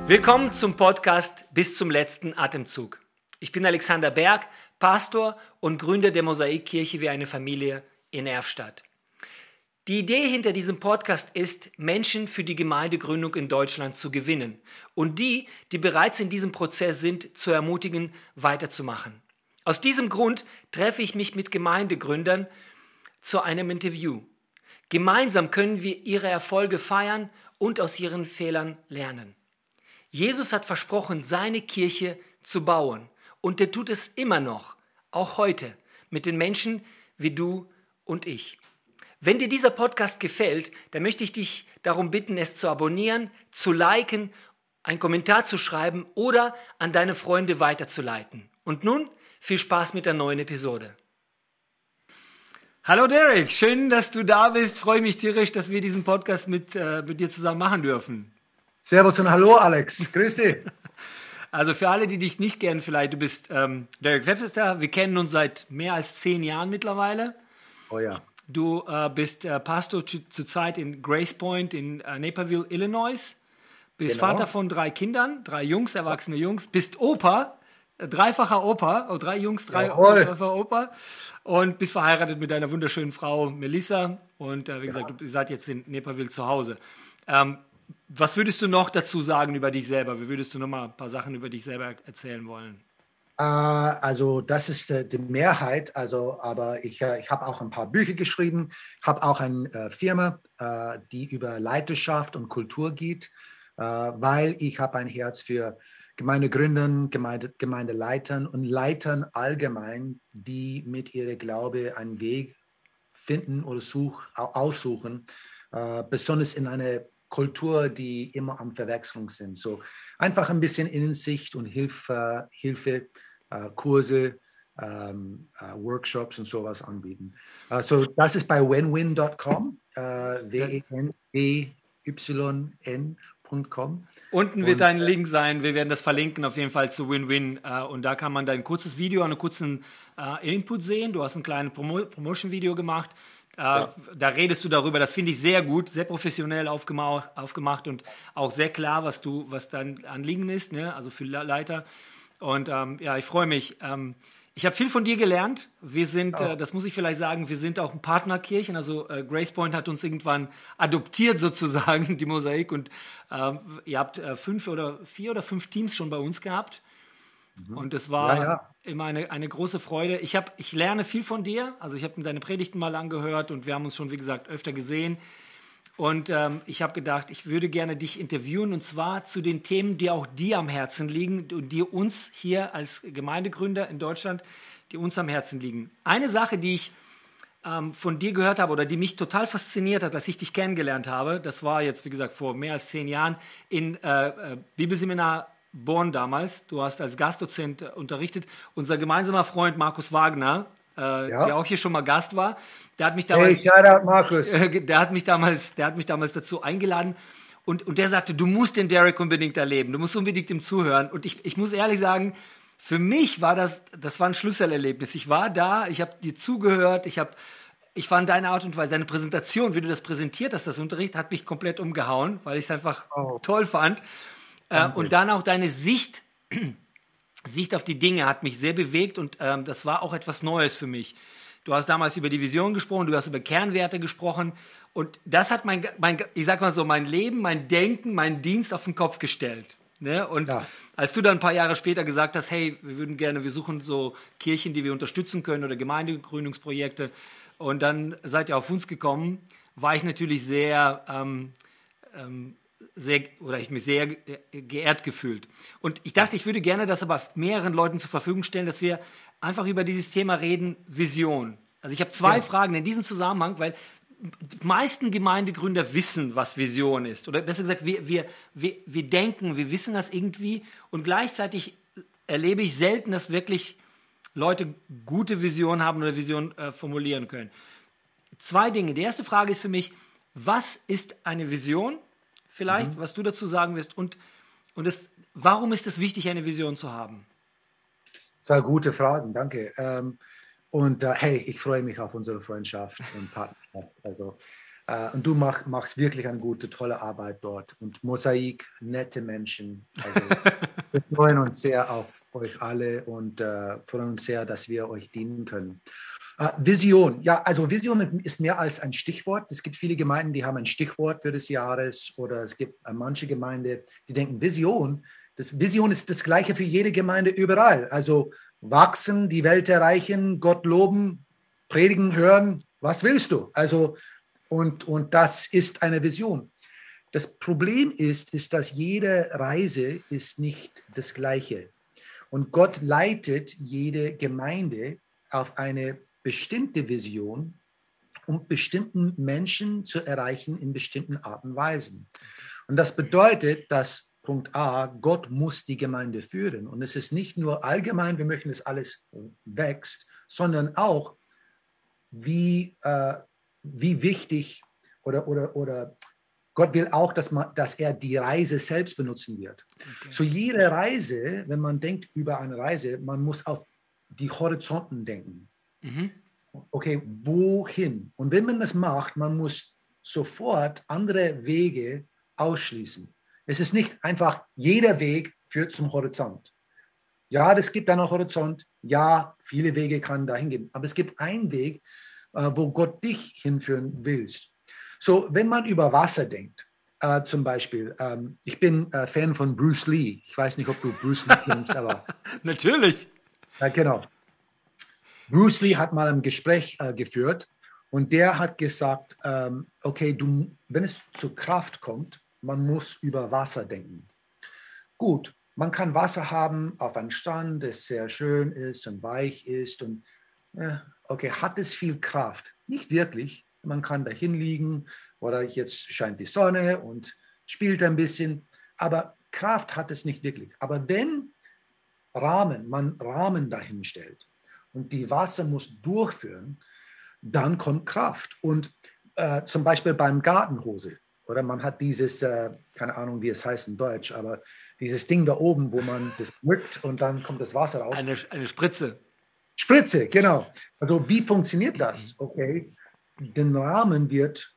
Willkommen zum Podcast Bis zum letzten Atemzug. Ich bin Alexander Berg, Pastor und Gründer der Mosaikkirche wie eine Familie in Erfstadt. Die Idee hinter diesem Podcast ist, Menschen für die Gemeindegründung in Deutschland zu gewinnen und die bereits in diesem Prozess sind, zu ermutigen, weiterzumachen. Aus diesem Grund treffe ich mich mit Gemeindegründern zu einem Interview. Gemeinsam können wir ihre Erfolge feiern und aus ihren Fehlern lernen. Jesus hat versprochen, seine Kirche zu bauen und er tut es immer noch, auch heute, mit den Menschen wie du und ich. Wenn dir dieser Podcast gefällt, dann möchte ich dich darum bitten, es zu abonnieren, zu liken, einen Kommentar zu schreiben oder an deine Freunde weiterzuleiten. Und nun viel Spaß mit der neuen Episode. Hallo Derek, schön, dass du da bist. Freue mich tierisch, dass wir diesen Podcast mit dir zusammen machen dürfen. Servus und hallo Alex, grüß dich. Also für alle, die dich nicht kennen, vielleicht, du bist Derek Webster, wir kennen uns seit mehr als 10 Jahren mittlerweile. Oh ja. Du bist Pastor zurzeit in Grace Point in Naperville, Illinois. Bist Genau. Vater von 3 Kindern, 3 Jungs, erwachsene Jungs. Bist Opa, dreifacher Opa, 3 Jungs, dreifacher Opa. Und bist verheiratet mit deiner wunderschönen Frau Melissa. Und wie gesagt, ihr seid jetzt in Naperville zu Hause. Was würdest du noch dazu sagen über dich selber? Wie würdest du noch mal ein paar Sachen über dich selber erzählen wollen? Also das ist die Mehrheit, aber ich habe auch ein paar Bücher geschrieben, habe auch eine Firma, die über Leiterschaft und Kultur geht, weil ich habe ein Herz für Gemeindegründern, Gemeindeleitern und Leitern allgemein, die mit ihrem Glaube einen Weg finden oder aussuchen, besonders in einer Kultur, die immer am Verwechslung sind. So einfach ein bisschen Innensicht und Hilfe, Kurse, Workshops und sowas anbieten. So das ist bei winwin.com, WENWYN.com. Unten wird ein Link sein, wir werden das verlinken auf jeden Fall zu Win-Win und da kann man dein kurzes Video, einen kurzen Input sehen. Du hast ein kleines Promotion-Video gemacht. Da redest du darüber, das finde ich sehr gut, sehr professionell aufgemacht und auch sehr klar, was dein Anliegen ist, ne? Also für Leiter. Und ich freue mich. Ich habe viel von dir gelernt. Wir sind, das muss ich vielleicht sagen, wir sind auch ein Partnerkirchen. Also Grace Point hat uns irgendwann adoptiert sozusagen, die Mosaik. Und ihr habt 4 oder 5 Teams schon bei uns gehabt. Und es war immer eine große Freude. Ich lerne viel von dir. Also ich habe mir deine Predigten mal angehört und wir haben uns schon, wie gesagt, öfter gesehen. Und ich habe gedacht, ich würde gerne dich interviewen und zwar zu den Themen, die auch dir am Herzen liegen und die uns hier als Gemeindegründer in Deutschland, die uns am Herzen liegen. Eine Sache, die ich von dir gehört habe oder die mich total fasziniert hat, als ich dich kennengelernt habe, das war jetzt, wie gesagt, vor mehr als 10 Jahren in Bibelseminar Bonn damals. Du hast als Gastdozent unterrichtet. Unser gemeinsamer Freund Markus Wagner, der auch hier schon mal Gast war, der hat mich damals, Markus. der hat mich damals dazu eingeladen und der sagte, du musst den Derek unbedingt erleben, du musst unbedingt ihm zuhören. Und ich muss ehrlich sagen, für mich war das war ein Schlüsselerlebnis. Ich war da, ich habe dir zugehört, ich fand deine Art und Weise, deine Präsentation, wie du das präsentiert hast, das Unterricht, hat mich komplett umgehauen, weil ich es einfach toll fand. Und dann auch deine Sicht auf die Dinge hat mich sehr bewegt und das war auch etwas Neues für mich. Du hast damals über die Vision gesprochen, du hast über Kernwerte gesprochen und das hat mein Leben, mein Denken, meinen Dienst auf den Kopf gestellt. Ne? Und als du dann ein paar Jahre später gesagt hast, hey, wir suchen so Kirchen, die wir unterstützen können oder Gemeindegründungsprojekte und dann seid ihr auf uns gekommen, war ich natürlich ich mich sehr geehrt gefühlt. Und ich dachte, ich würde gerne das aber mehreren Leuten zur Verfügung stellen, dass wir einfach über dieses Thema reden, Vision. Also ich habe 2 Fragen in diesem Zusammenhang, weil die meisten Gemeindegründer wissen, was Vision ist. Oder besser gesagt, wir denken, wir wissen das irgendwie und gleichzeitig erlebe ich selten, dass wirklich Leute gute Visionen haben oder Visionen formulieren können. 2 Dinge. Die erste Frage ist für mich, was ist eine Vision? Vielleicht, was du dazu sagen wirst. Und warum ist es wichtig, eine Vision zu haben? 2 gute Fragen, danke. Hey, ich freue mich auf unsere Freundschaft und Partnerschaft. Also Und du machst wirklich eine gute, tolle Arbeit dort. Und Mosaik, nette Menschen. Also wir freuen uns sehr auf euch alle und freuen uns sehr, dass wir euch dienen können. Vision. Ja, also Vision ist mehr als ein Stichwort. Es gibt viele Gemeinden, die haben ein Stichwort für des Jahres oder es gibt manche Gemeinden, die denken Vision. Vision ist das Gleiche für jede Gemeinde überall. Also wachsen, die Welt erreichen, Gott loben, predigen, hören. Was willst du? Also und das ist eine Vision. Das Problem ist, dass jede Reise ist nicht das Gleiche. Und Gott leitet jede Gemeinde auf eine bestimmte Vision, um bestimmten Menschen zu erreichen in bestimmten Arten und Weisen. Und das bedeutet, dass Punkt A, Gott muss die Gemeinde führen. Und es ist nicht nur allgemein, wir möchten, dass alles wächst, sondern auch, wie wichtig oder Gott will auch, dass er die Reise selbst benutzen wird. Okay. So jede Reise, wenn man denkt über eine Reise, man muss auf die Horizonten denken. Mhm. Okay, wohin? Und wenn man das macht, man muss sofort andere Wege ausschließen. Es ist nicht einfach, jeder Weg führt zum Horizont. Ja, es gibt einen Horizont. Ja, viele Wege kann dahin gehen. Aber es gibt einen Weg, wo Gott dich hinführen willst. So, wenn man über Wasser denkt, zum Beispiel, ich bin Fan von Bruce Lee. Ich weiß nicht, ob du Bruce Lee kennst, aber... Natürlich. Ja, genau. Bruce Lee hat mal ein Gespräch geführt und der hat gesagt, okay, wenn es zur Kraft kommt, man muss über Wasser denken. Gut, man kann Wasser haben auf einem Strand, das sehr schön ist und weich ist und okay, hat es viel Kraft? Nicht wirklich. Man kann da hinliegen oder jetzt scheint die Sonne und spielt ein bisschen, aber Kraft hat es nicht wirklich. Aber wenn man Rahmen dahin stellt und die Wasser muss durchführen, dann kommt Kraft. Und zum Beispiel beim Gartenhose, oder man hat dieses, keine Ahnung, wie es heißt in Deutsch, aber dieses Ding da oben, wo man das drückt und dann kommt das Wasser raus. Eine Spritze. Spritze, genau. Also wie funktioniert das? Okay, den Rahmen wird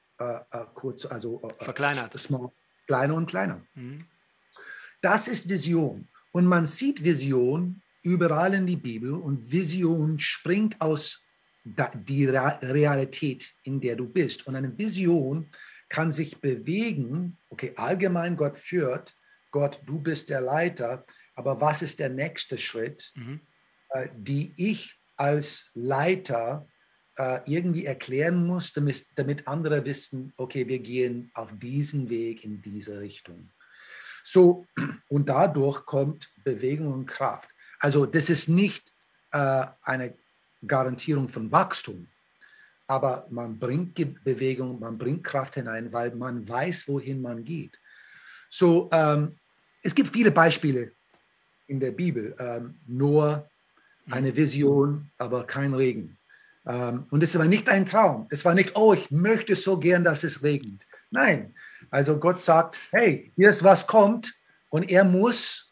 verkleinert. Kleiner und kleiner. Mhm. Das ist Vision. Und man sieht Vision überall in die Bibel und Vision springt aus der Realität, in der du bist. Und eine Vision kann sich bewegen, okay, allgemein Gott führt, Gott, du bist der Leiter, aber was ist der nächste Schritt, die ich als Leiter irgendwie erklären muss, damit andere wissen, okay, wir gehen auf diesen Weg in diese Richtung. So, und dadurch kommt Bewegung und Kraft. Also das ist nicht eine Garantierung von Wachstum, aber man bringt Bewegung, man bringt Kraft hinein, weil man weiß, wohin man geht. So, es gibt viele Beispiele in der Bibel. Noah, eine Vision, aber kein Regen. Und es war nicht ein Traum. Es war nicht, oh, ich möchte so gern, dass es regnet. Nein, also Gott sagt, hey, hier ist was kommt und er muss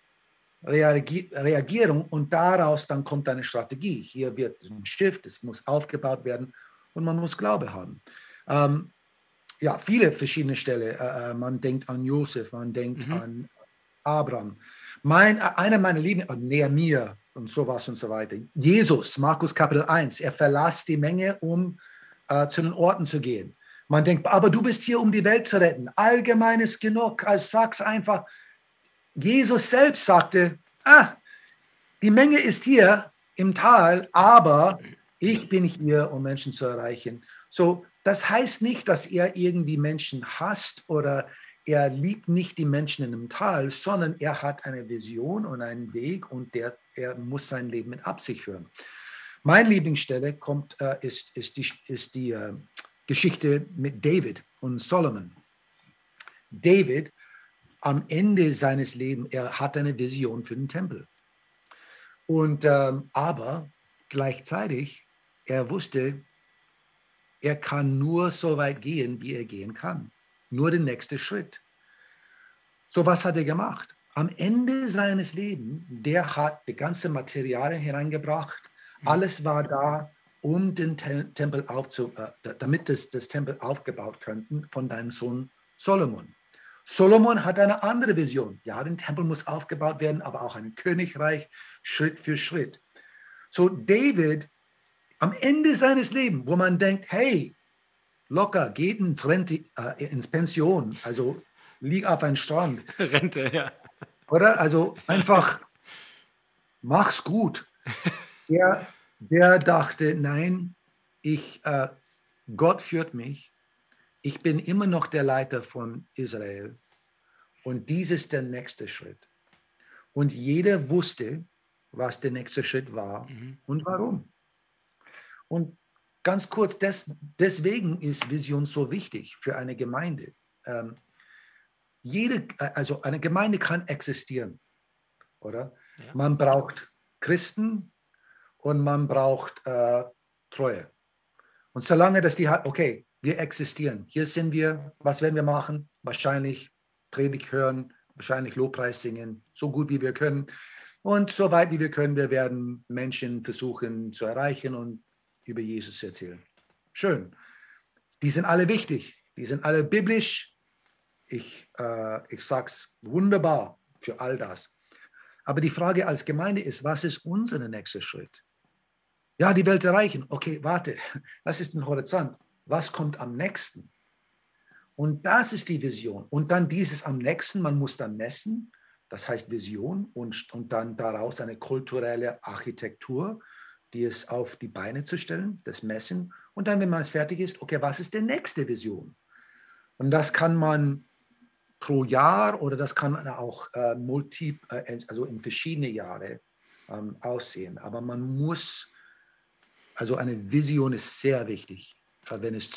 reagieren und daraus dann kommt eine Strategie. Hier wird ein Schiff, es muss aufgebaut werden und man muss Glaube haben. Ja, viele verschiedene Stellen. Man denkt an Josef, man denkt an Abraham. Einer meiner Lieblinge, Nehemia und sowas und so weiter. Jesus, Markus Kapitel 1, er verlässt die Menge, um zu den Orten zu gehen. Man denkt, aber du bist hier, um die Welt zu retten. Allgemein ist genug. Also sag's einfach. Jesus selbst sagte, die Menge ist hier im Tal, aber ich bin hier, um Menschen zu erreichen. So, das heißt nicht, dass er irgendwie Menschen hasst oder er liebt nicht die Menschen in dem Tal, sondern er hat eine Vision und einen Weg und er muss sein Leben mit Absicht führen. Meine Lieblingsstelle ist die Geschichte mit David und Solomon. David, am Ende seines Lebens, er hat eine Vision für den Tempel. Und aber gleichzeitig, er wusste, er kann nur so weit gehen, wie er gehen kann. Nur der nächste Schritt. So, was hat er gemacht? Am Ende seines Lebens, der hat die ganze Materialien hereingebracht. Alles war da. um den Tempel damit das Tempel aufgebaut könnten von deinem Sohn Solomon. Solomon hat eine andere Vision. Ja, der Tempel muss aufgebaut werden, aber auch ein Königreich Schritt für Schritt. So David am Ende seines Lebens, wo man denkt, hey, locker, geht ins Pension, also lieg auf einen Strand. Rente, ja. Oder? Also einfach, mach's gut. Der dachte, nein, Gott führt mich. Ich bin immer noch der Leiter von Israel. Und dies ist der nächste Schritt. Und jeder wusste, was der nächste Schritt war und warum. Und ganz kurz, deswegen ist Vision so wichtig für eine Gemeinde. Also eine Gemeinde kann existieren, oder? Ja. Man braucht Christen und man braucht Treue. Und solange das die hat, okay, wir existieren, hier sind wir, was werden wir machen? Wahrscheinlich Predigt hören, wahrscheinlich Lobpreis singen, so gut wie wir können. Und so weit wie wir können, wir werden Menschen versuchen zu erreichen und über Jesus erzählen. Schön. Die sind alle wichtig, die sind alle biblisch. Ich sage es wunderbar für all das. Aber die Frage als Gemeinde ist, was ist unser nächster Schritt? Ja, die Welt erreichen. Okay, warte, das ist ein Horizont. Was kommt am nächsten? Und das ist die Vision. Und dann dieses am nächsten, man muss dann messen, das heißt Vision und dann daraus eine kulturelle Architektur, die es auf die Beine zu stellen, das Messen. Und dann, wenn man es fertig ist, okay, was ist die nächste Vision? Und das kann man pro Jahr oder das kann auch also in verschiedene Jahre aussehen. Aber man muss, also eine Vision ist sehr wichtig, wenn es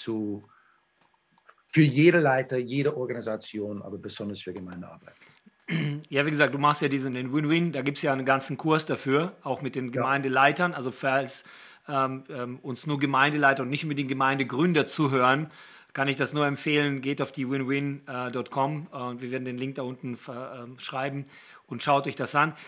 für jede Leiter, jede Organisation, aber besonders für Gemeindearbeit. Ja, wie gesagt, du machst ja den Win-Win, da gibt es ja einen ganzen Kurs dafür, auch mit den Gemeindeleitern, also falls uns nur Gemeindeleiter und nicht unbedingt Gemeindegründer zuhören, kann ich das nur empfehlen, geht auf die winwin.com und wir werden den Link da unten schreiben und schaut euch das an.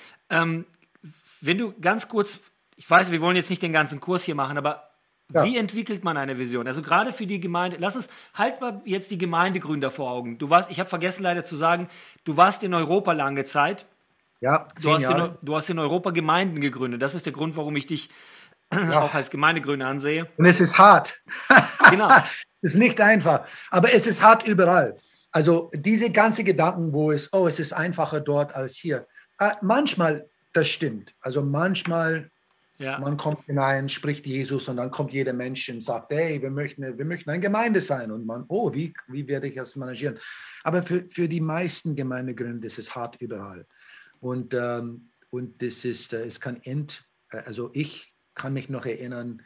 Wenn du ganz kurz, ich weiß, wir wollen jetzt nicht den ganzen Kurs hier machen, aber wie entwickelt man eine Vision? Also gerade für die Gemeinde, halt mal jetzt die Gemeindegründer vor Augen. Ich habe vergessen leider zu sagen, du warst in Europa lange Zeit. Ja, du hast in Europa Gemeinden gegründet. Das ist der Grund, warum ich dich auch als Gemeindegründer ansehe. Und es ist hart. Genau. Es ist nicht einfach, aber es ist hart überall. Also diese ganzen Gedanken, es ist einfacher dort als hier. Manchmal, das stimmt. Also manchmal man kommt hinein, spricht Jesus und dann kommt jeder Mensch und sagt, hey, wir möchten eine Gemeinde sein. Und man, wie werde ich das managieren? Aber für die meisten Gemeindegründer ist es hart überall. Und das ist, also ich kann mich noch erinnern,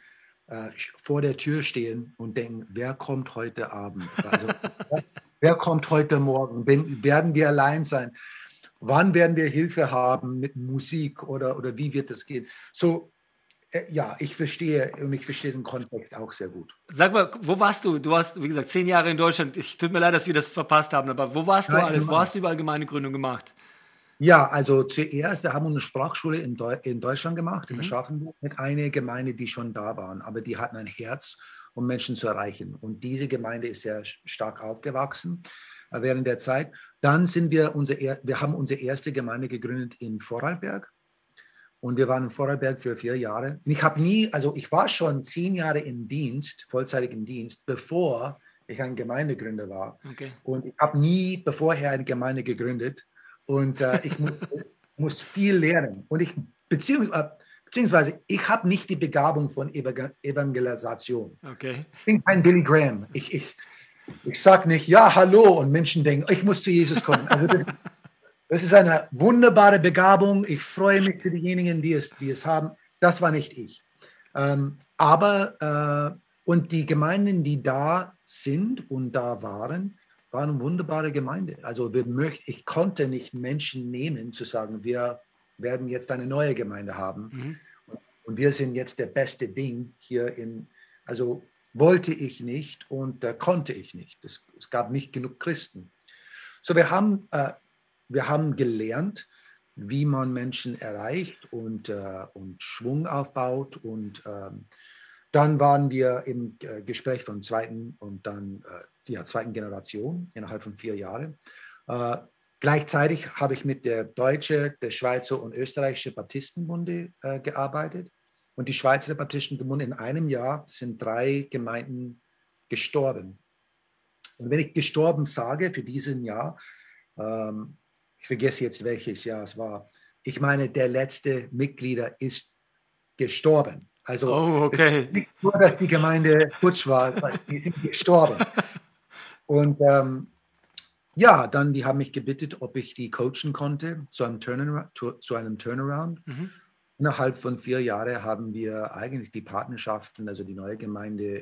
vor der Tür stehen und denken, wer kommt heute Abend? Also, wer kommt heute Morgen? Werden wir allein sein? Wann werden wir Hilfe haben mit Musik oder wie wird das gehen? So, ja, ich verstehe den Kontext auch sehr gut. Sag mal, wo warst du? Du hast, wie gesagt, 10 Jahre in Deutschland. Tut mir leid, dass wir das verpasst haben, aber wo warst du alles? Wo hast du überall Gemeindegründung gemacht? Ja, also zuerst, wir haben eine Sprachschule in Deutschland gemacht, in Aschaffenburg, mit einer Gemeinde, die schon da waren, aber die hatten ein Herz, um Menschen zu erreichen. Und diese Gemeinde ist sehr stark aufgewachsen während der Zeit. Dann wir haben unsere erste Gemeinde gegründet in Vorarlberg. Und wir waren in Vorarlberg für 4 Jahre. Und ich war schon 10 Jahre im Dienst, vollzeitig im Dienst, bevor ich ein Gemeindegründer war. Okay. Und ich habe nie bevorher eine Gemeinde gegründet. Und ich muss viel lernen. Und beziehungsweise ich habe nicht die Begabung von Evangelisation. Okay. Ich bin kein Billy Graham. Ich sage nicht, ja, hallo, und Menschen denken, ich muss zu Jesus kommen. Also das ist eine wunderbare Begabung. Ich freue mich für diejenigen, die es haben. Das war nicht ich. Und die Gemeinden, die da sind und da waren eine wunderbare Gemeinde. Also ich konnte nicht Menschen nehmen, zu sagen, wir werden jetzt eine neue Gemeinde haben. Und wir sind jetzt der beste Ding hier also wollte ich nicht und konnte ich nicht. Es gab nicht genug Christen. So, wir haben gelernt, wie man Menschen erreicht und Schwung aufbaut und Dann waren wir im Gespräch von zweiten und dann zweiten Generation innerhalb von 4 Jahren. Gleichzeitig habe ich mit der Deutsche, der Schweizer und Österreichische Baptistenbunde gearbeitet. Und die Schweizer Baptistenbunde in einem Jahr sind 3 Gemeinden gestorben. Und wenn ich gestorben sage für diesen Jahr, ich vergesse jetzt, welches Jahr es war, ich meine, der letzte Mitglieder ist gestorben. Also Oh, es ist okay. nicht nur, dass die Gemeinde futsch war, die sind gestorben. Und ja, dann, die haben mich gebeten, ob ich die coachen konnte zu einem Turnaround. Mhm. Innerhalb von 4 Jahren haben wir eigentlich die Partnerschaften, also die neue Gemeinde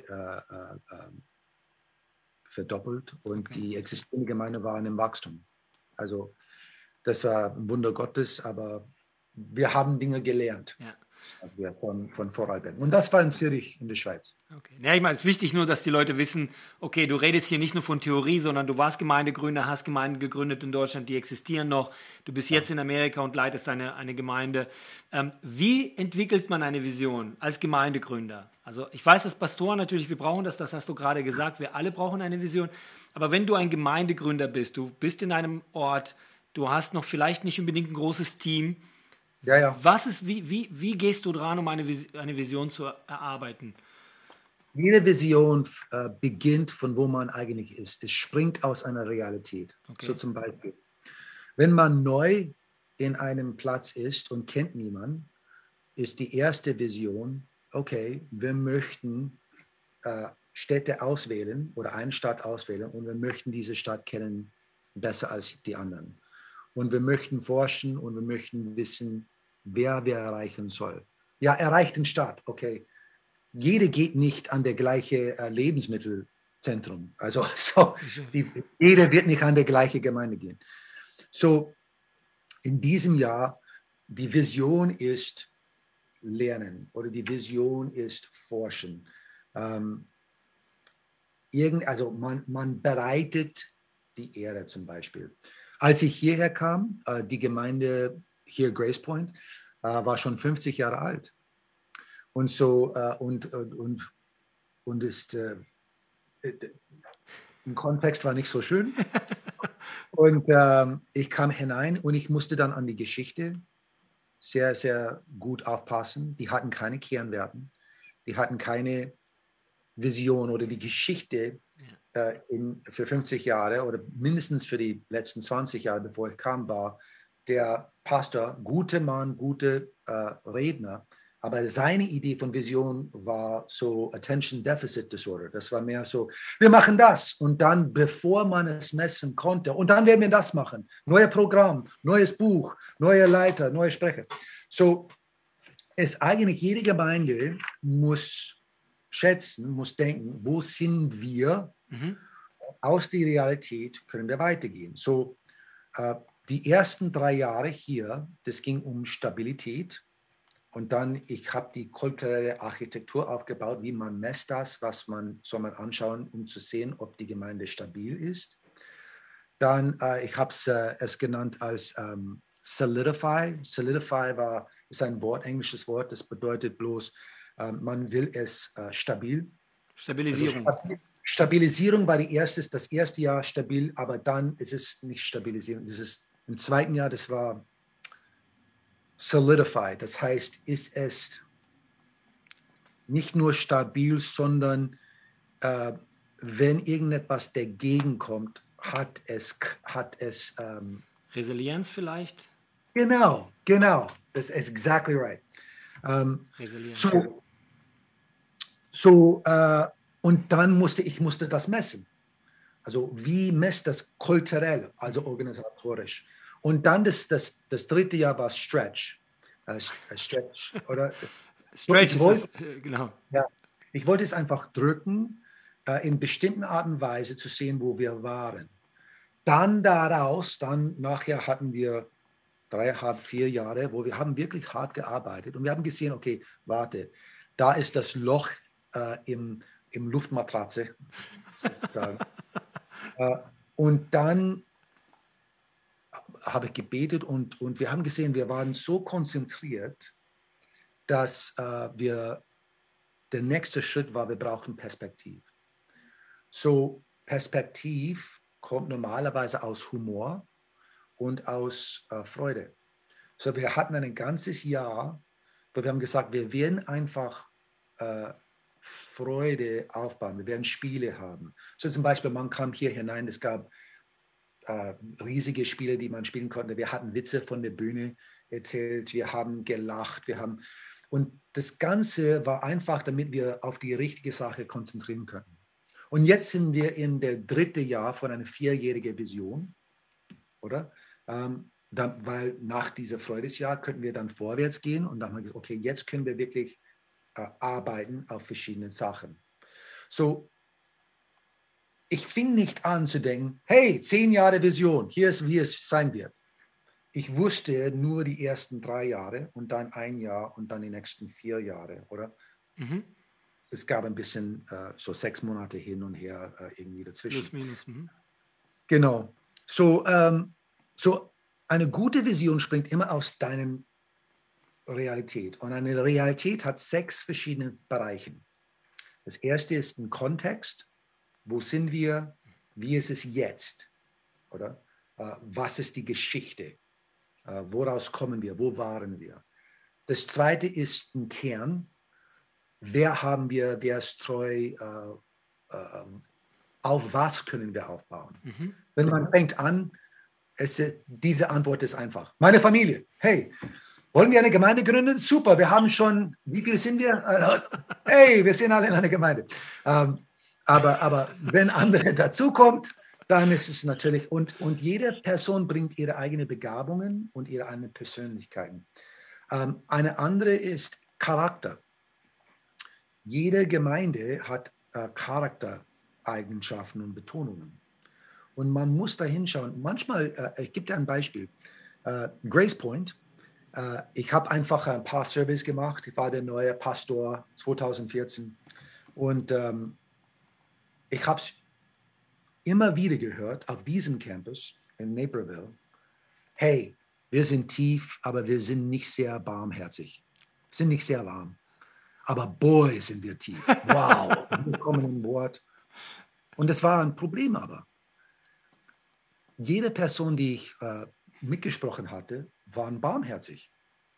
verdoppelt und Okay. die existierende Gemeinde war im Wachstum. Also das war ein Wunder Gottes, aber wir haben Dinge gelernt. Ja. Von Vorarlberg. Und das war in Zürich in der Schweiz. Okay. Ja, ich meine, es ist wichtig nur, dass die Leute wissen, okay, du redest hier nicht nur von Theorie, sondern du warst Gemeindegründer, hast Gemeinden gegründet in Deutschland, die existieren noch. Du bist jetzt in Amerika und leitest eine Gemeinde. Wie entwickelt man eine Vision als Gemeindegründer? Also ich weiß, dass Pastoren natürlich, wir brauchen das hast du gerade gesagt, wir alle brauchen eine Vision. Aber wenn du ein Gemeindegründer bist, du bist in einem Ort, du hast noch vielleicht nicht unbedingt ein großes Team. Ja, ja. Wie gehst du dran, um eine Vision zu erarbeiten? Jede Vision beginnt von wo man eigentlich ist. Es springt aus einer Realität. Okay. So zum Beispiel, wenn man neu in einem Platz ist und kennt niemanden, ist die erste Vision, okay, wir möchten Städte auswählen oder eine Stadt auswählen und wir möchten diese Stadt kennen besser als die anderen. Und wir möchten forschen und wir möchten wissen, wer wir erreichen soll. Ja, erreicht den Stadt, okay. Jeder geht nicht an der gleiche Lebensmittelzentrum. Also jeder wird nicht an der gleiche Gemeinde gehen. So in diesem Jahr, die Vision ist Lernen oder die Vision ist Forschen. Also man bereitet die Erde zum Beispiel. Als ich hierher kam, die Gemeinde hier Grace Point war schon 50 Jahre alt. Und so und ist im Kontext war nicht so schön. Und ich kam hinein und ich musste dann an die Geschichte sehr, sehr gut aufpassen. Die hatten keine Kernwerten, die hatten keine Vision oder die Geschichte für 50 Jahre oder mindestens für die letzten 20 Jahre, bevor ich kam, war der Pastor, guter Mann, guter Redner, aber seine Idee von Vision war so Attention Deficit Disorder. Das war mehr so, wir machen das und dann, bevor man es messen konnte, und dann werden wir das machen. Neues Programm, neues Buch, neue Leiter, neue Sprecher. So ist eigentlich jede Gemeinde muss schätzen, muss denken, wo sind wir? Aus der Realität können wir weitergehen. So die ersten 3 Jahre hier, das ging um Stabilität. Und dann, ich habe die kulturelle Architektur aufgebaut, wie man messt das, soll man anschauen, um zu sehen, ob die Gemeinde stabil ist. Dann, ich habe es genannt als Solidify. Solidify ist ein englisches Wort, das bedeutet bloß, man will es stabil. Stabilisierung. Also Stabilisierung war das erste Jahr stabil, aber dann ist es nicht Stabilisierung. Das ist im zweiten Jahr, das war Solidify. Das heißt, ist es nicht nur stabil, sondern wenn irgendetwas dagegen kommt, hat es Resilienz vielleicht? Genau. Das ist exactly right. Resilienz. Und dann musste ich das messen. Also wie messt das kulturell, also organisatorisch. Und dann das dritte Jahr war Stretch. Stretch, oder? Stretch ist es, genau. Ja, ich wollte es einfach drücken, in bestimmten Art und Weise zu sehen, wo wir waren. Dann nachher hatten wir 3,5, 4 Jahre, wo wir haben wirklich hart gearbeitet und wir haben gesehen, okay, warte, da ist das Loch im Luftmatratze, sozusagen. Und dann habe ich gebetet und wir haben gesehen, wir waren so konzentriert, dass wir der nächste Schritt war, wir brauchten Perspektiv. So, Perspektiv kommt normalerweise aus Humor und aus Freude. So, wir hatten ein ganzes Jahr, wo wir haben gesagt, wir werden einfach Freude aufbauen. Wir werden Spiele haben. So zum Beispiel, man kam hier hinein, es gab riesige Spiele, die man spielen konnte. Wir hatten Witze von der Bühne erzählt, wir haben gelacht, und das Ganze war einfach, damit wir auf die richtige Sache konzentrieren können. Und jetzt sind wir in der 3. Jahr von einer 4-jährigen Vision, oder? Weil nach diesem Freudesjahr könnten wir dann vorwärts gehen und dann haben wir gesagt, okay, jetzt können wir wirklich arbeiten auf verschiedene Sachen. So, ich fing nicht an zu denken, hey, 10 Jahre Vision, hier ist, wie es sein wird. Ich wusste nur die ersten 3 Jahre und dann 1 Jahr und dann die nächsten 4 Jahre, oder? Mhm. Es gab ein bisschen so 6 Monate hin und her irgendwie dazwischen. Plus, minus. Mhm. Genau. So eine gute Vision springt immer aus deiner Realität. Und eine Realität hat 6 verschiedene Bereiche. Das erste ist ein Kontext. Wo sind wir? Wie ist es jetzt? Oder? Was ist die Geschichte? Woraus kommen wir? Wo waren wir? Das zweite ist ein Kern. Wer haben wir? Wer ist treu? Auf was können wir aufbauen? Mhm. Wenn man fängt an, diese Antwort ist einfach. Meine Familie. Hey, wollen wir eine Gemeinde gründen? Super, wir haben schon, wie viele sind wir? Hey, wir sind alle in einer Gemeinde. Aber wenn andere dazukommt, dann ist es natürlich, und jede Person bringt ihre eigenen Begabungen und ihre eigenen Persönlichkeiten. Eine andere ist Charakter. Jede Gemeinde hat Charaktereigenschaften und Betonungen. Und man muss da hinschauen. Manchmal, ich gebe dir ein Beispiel. Grace Point, ich habe einfach ein paar Surveys gemacht. Ich war der neue Pastor 2014. Und ich habe es immer wieder gehört auf diesem Campus in Naperville. Hey, wir sind tief, aber wir sind nicht sehr barmherzig. Wir sind nicht sehr warm. Aber boy, sind wir tief. Wow, wir kommen in Wort. Und das war ein Problem aber. Jede Person, die ich mitgesprochen hatte, waren barmherzig.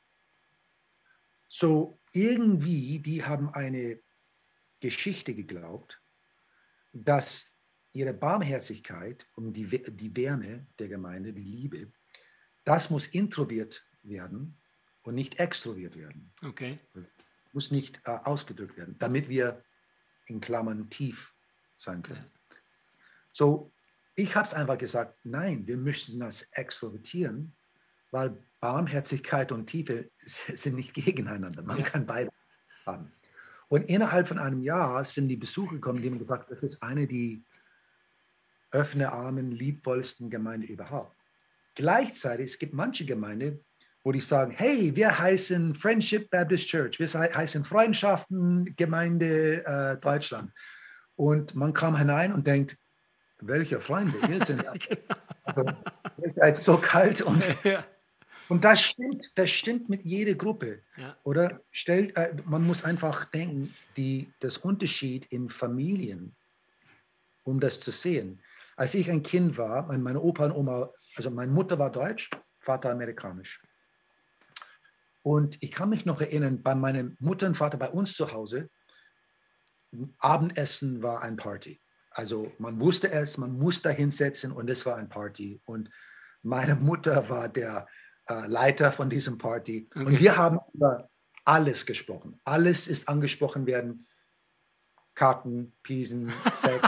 So irgendwie, die haben eine Geschichte geglaubt, dass ihre Barmherzigkeit und die Wärme der Gemeinde, die Liebe, das muss introvertiert werden und nicht extrovertiert werden. Okay. Muss nicht ausgedrückt werden, damit wir in Klammern tief sein können. Ja. So, ich habe es einfach gesagt, nein, wir müssen das extrovertieren, weil Barmherzigkeit und Tiefe sind nicht gegeneinander. Man kann beide haben. Und innerhalb von einem Jahr sind die Besucher gekommen, die haben gesagt, das ist eine der offenen, armen, liebvollsten Gemeinden überhaupt. Gleichzeitig, es gibt manche Gemeinden, wo die sagen, hey, wir heißen Friendship Baptist Church, wir heißen Freundschaften Gemeinde Deutschland. Und man kam hinein und denkt, welche Freunde, ihr sind ihr seid so kalt und das stimmt mit jeder Gruppe. Ja. Oder man muss einfach denken, das Unterschied in Familien, um das zu sehen. Als ich ein Kind war, meine Opa und Oma, also meine Mutter war deutsch, Vater amerikanisch. Und ich kann mich noch erinnern, bei meiner Mutter und Vater bei uns zu Hause, Abendessen war ein Party. Also man wusste es, man musste da hinsetzen und es war ein Party. Und meine Mutter war der Leiter von diesem Party. Okay. Und wir haben über alles gesprochen. Alles ist angesprochen werden. Kacken, Piesen, Sex.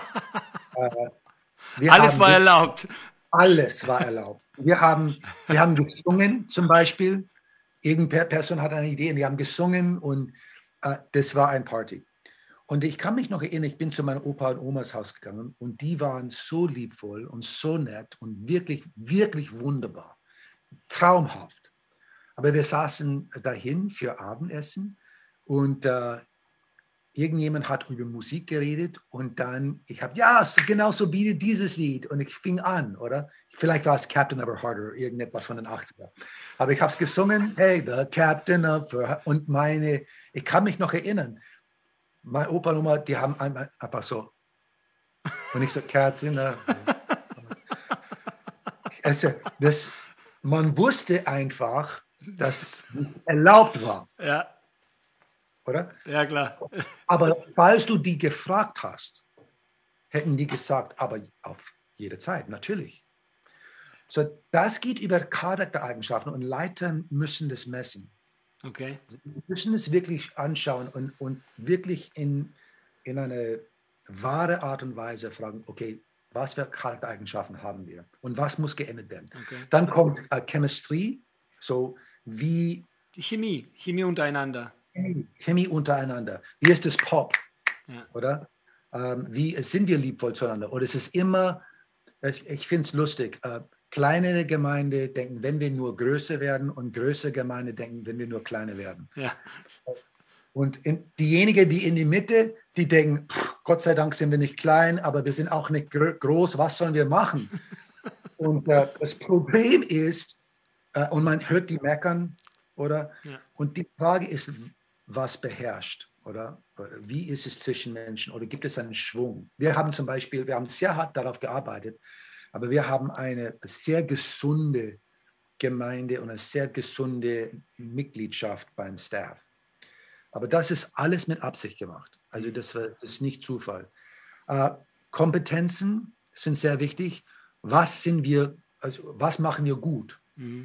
Alles war erlaubt. Alles war erlaubt. Wir haben gesungen zum Beispiel. Irgendeine Person hat eine Idee und die haben gesungen und das war ein Party. Und ich kann mich noch erinnern, ich bin zu meinem Opa und Omas Haus gegangen und die waren so liebvoll und so nett und wirklich, wirklich wunderbar. Traumhaft. Aber wir saßen dahin für Abendessen und irgendjemand hat über Musik geredet und dann, ich habe, ja, genauso wie dieses Lied und ich fing an, oder? Vielleicht war es Captain of Her Heart oder irgendetwas von den 80er. Aber ich habe es gesungen, hey, the Captain of Her Heart. Und ich kann mich noch erinnern, mein Opa und Oma, die haben einfach so. Und ich so, Kerstin, man wusste einfach, dass es erlaubt war, Ja, oder? ja, klar. Aber falls du die gefragt hast, hätten die gesagt, aber auf jede Zeit, natürlich. So, das geht über Charaktereigenschaften und Leiter müssen das messen. Okay. Sie müssen es wirklich anschauen und wirklich in eine wahre Art und Weise fragen, okay, was für Charaktereigenschaften haben wir und was muss geändert werden. Okay. Dann kommt Chemistry, so wie Die Chemie untereinander. Chemie untereinander. Wie ist das Pop, Ja. oder? Wie sind wir liebvoll zueinander? Oder ist es immer, ich finde es lustig, kleine Gemeinde denken, wenn wir nur größer werden und größere Gemeinde denken, wenn wir nur kleiner werden. Ja. Und diejenigen, die in die Mitte, die denken, Gott sei Dank sind wir nicht klein, aber wir sind auch nicht groß, was sollen wir machen? Und das Problem ist, und man hört die meckern, oder? Ja. Und die Frage ist, was beherrscht, oder? Wie ist es zwischen Menschen? Oder gibt es einen Schwung? Wir haben zum Beispiel, wir haben sehr hart darauf gearbeitet, aber wir haben eine sehr gesunde Gemeinde und eine sehr gesunde Mitgliedschaft beim Staff. Aber das ist alles mit Absicht gemacht. Also das ist nicht Zufall. Kompetenzen sind sehr wichtig. Was machen wir gut? Mhm.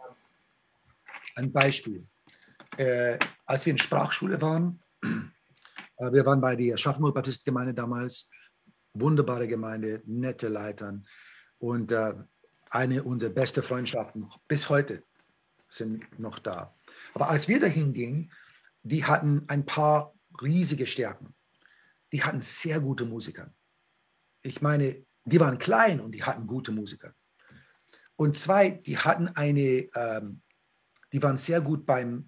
Ein Beispiel. Als wir in Sprachschule waren, wir waren bei der Schaffenburg-Baptist-Gemeinde damals, wunderbare Gemeinde, nette Leitern und eine unserer besten Freundschaften bis heute sind noch da. Aber als wir dahin gingen, die hatten ein paar riesige Stärken. Die hatten sehr gute Musiker. Ich meine, die waren klein und die hatten gute Musiker. Und zwei, die hatten die waren sehr gut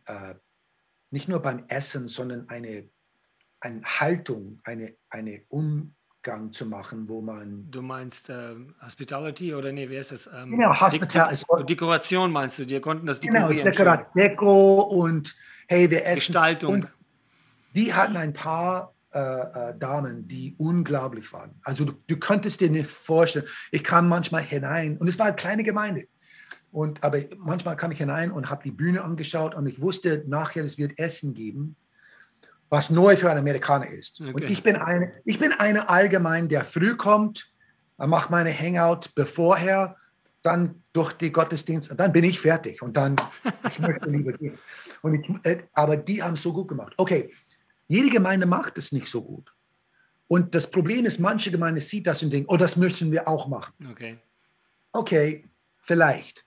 nicht nur beim Essen, sondern eine Haltung, eine Umgang zu machen, wo man... Du meinst Hospitality oder nee, wie heißt das? Genau, Hospitality. Dekoration meinst du? Die konnten das Genau, dekorieren. Schön. Deko und hey, wir essen. Gestaltung. Und die hatten ein paar Damen, die unglaublich waren. Also du könntest dir nicht vorstellen, ich kam manchmal hinein und es war eine kleine Gemeinde. Aber manchmal kam ich hinein und habe die Bühne angeschaut und ich wusste nachher, es wird Essen geben, was neu für einen Amerikaner ist. Okay. Und ich bin eine allgemein, der früh kommt, macht meine Hangout bevorher, dann durch die Gottesdienst und dann bin ich fertig und dann, ich möchte lieber gehen. Aber die haben es so gut gemacht. Okay, jede Gemeinde macht es nicht so gut. Und das Problem ist, manche Gemeinde sieht das und denkt, oh, das möchten wir auch machen. Okay. Okay, vielleicht.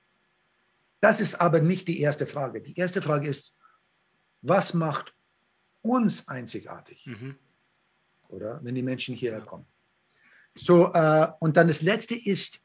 Das ist aber nicht die erste Frage. Die erste Frage ist, was macht uns einzigartig? Mhm. Oder wenn die Menschen hierher kommen. So, und dann das letzte ist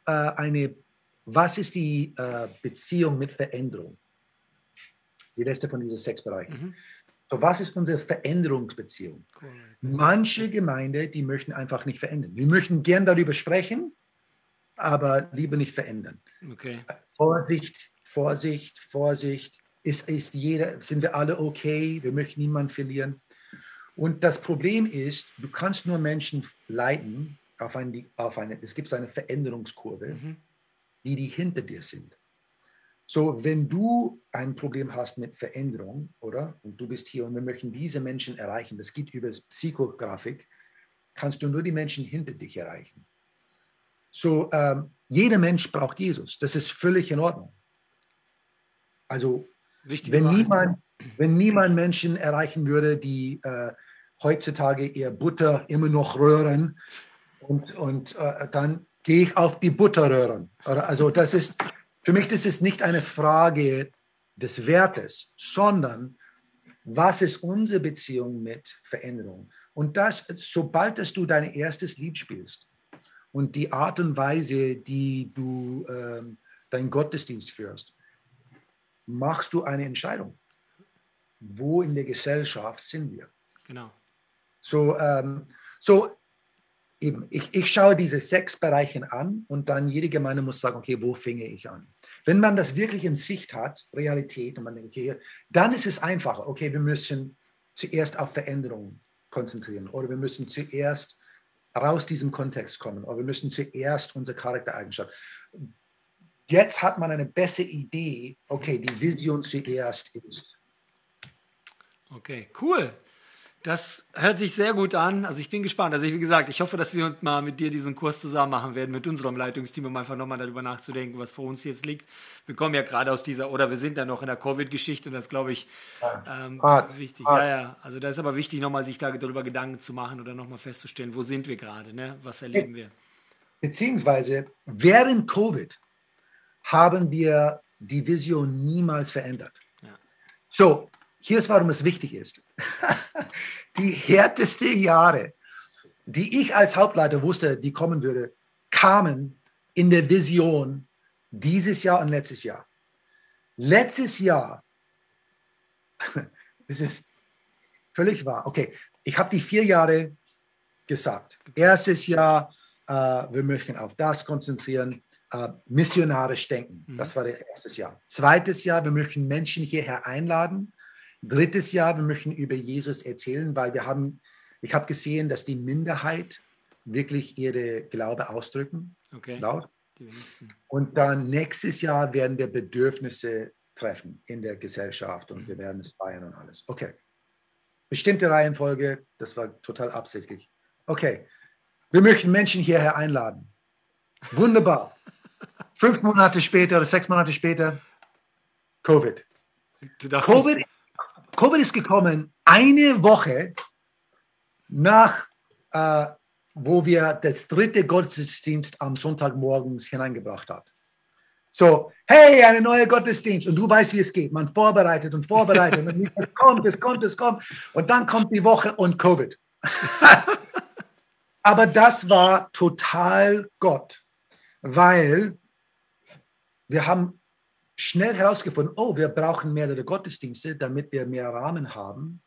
was ist die Beziehung mit Veränderung? Die letzte von diesen 6 Bereichen. Mhm. So, was ist unsere Veränderungsbeziehung? Cool. Manche Gemeinde, die möchten einfach nicht verändern. Wir möchten gern darüber sprechen, aber lieber nicht verändern. Okay. Vorsicht, Vorsicht, Vorsicht. Sind wir alle okay? Wir möchten niemanden verlieren. Und das Problem ist, du kannst nur Menschen leiten es gibt eine Veränderungskurve, die hinter dir sind. So, wenn du ein Problem hast mit Veränderung, oder? Und du bist hier und wir möchten diese Menschen erreichen, das geht über Psychografik, kannst du nur die Menschen hinter dich erreichen. So, jeder Mensch braucht Jesus. Das ist völlig in Ordnung. Also, wenn niemand Menschen erreichen würde, die heutzutage ihr Butter immer noch rühren und dann gehe ich auf die Butterröhren. Also für mich das ist nicht eine Frage des Wertes, sondern was ist unsere Beziehung mit Veränderung? Und sobald du dein erstes Lied spielst und die Art und Weise, die du deinen Gottesdienst führst, machst du eine Entscheidung. Wo in der Gesellschaft sind wir? Genau. So eben, ich schaue diese 6 Bereiche an und dann jede Gemeinde muss sagen, okay, wo fange ich an? Wenn man das wirklich in Sicht hat, Realität, und man denkt, okay, dann ist es einfacher. Okay, wir müssen zuerst auf Veränderung konzentrieren oder wir müssen zuerst aus diesem Kontext kommen oder wir müssen zuerst unsere Charaktereigenschaft. Jetzt hat man eine bessere Idee, okay, die Vision zuerst ist. Okay, cool. Das hört sich sehr gut an. Also ich bin gespannt. Also wie gesagt, ich hoffe, dass wir uns mal mit dir diesen Kurs zusammen machen werden, mit unserem Leitungsteam, um einfach nochmal darüber nachzudenken, was vor uns jetzt liegt. Wir kommen ja gerade aus dieser, oder wir sind ja noch in der Covid-Geschichte und das glaube ich wichtig. Ja. Also da ist aber wichtig, nochmal sich darüber Gedanken zu machen oder nochmal festzustellen, wo sind wir gerade, ne? Was erleben wir? Beziehungsweise während Covid haben wir die Vision niemals verändert. Ja. So, hier ist, warum es wichtig ist. Die härtesten Jahre, die ich als Hauptleiter wusste, die kommen würde, kamen in der Vision dieses Jahr und letztes Jahr. Letztes Jahr, das ist völlig wahr. Okay, ich habe die 4 Jahre gesagt. Erstes Jahr, wir möchten auf das konzentrieren, missionarisch denken. Das war das erste Jahr. Zweites Jahr, wir möchten Menschen hierher einladen. Drittes Jahr, wir möchten über Jesus erzählen, weil ich habe gesehen, dass die Minderheit wirklich ihre Glaube ausdrücken. Okay. Laut. Und dann nächstes Jahr werden wir Bedürfnisse treffen in der Gesellschaft und wir werden es feiern und alles. Okay. Bestimmte Reihenfolge, das war total absichtlich. Okay. Wir möchten Menschen hierher einladen. Wunderbar. 5 Monate später oder 6 Monate später, Covid. Covid ist gekommen, eine Woche nach, wo wir das 3. Gottesdienst am Sonntagmorgens hineingebracht haben. So, hey, eine neue Gottesdienst und du weißt, wie es geht. Man vorbereitet und vorbereitet und es kommt. Und dann kommt die Woche und Covid. Aber das war total Gott, weil wir haben schnell herausgefunden, wir brauchen mehrere Gottesdienste, damit wir mehr Rahmen haben.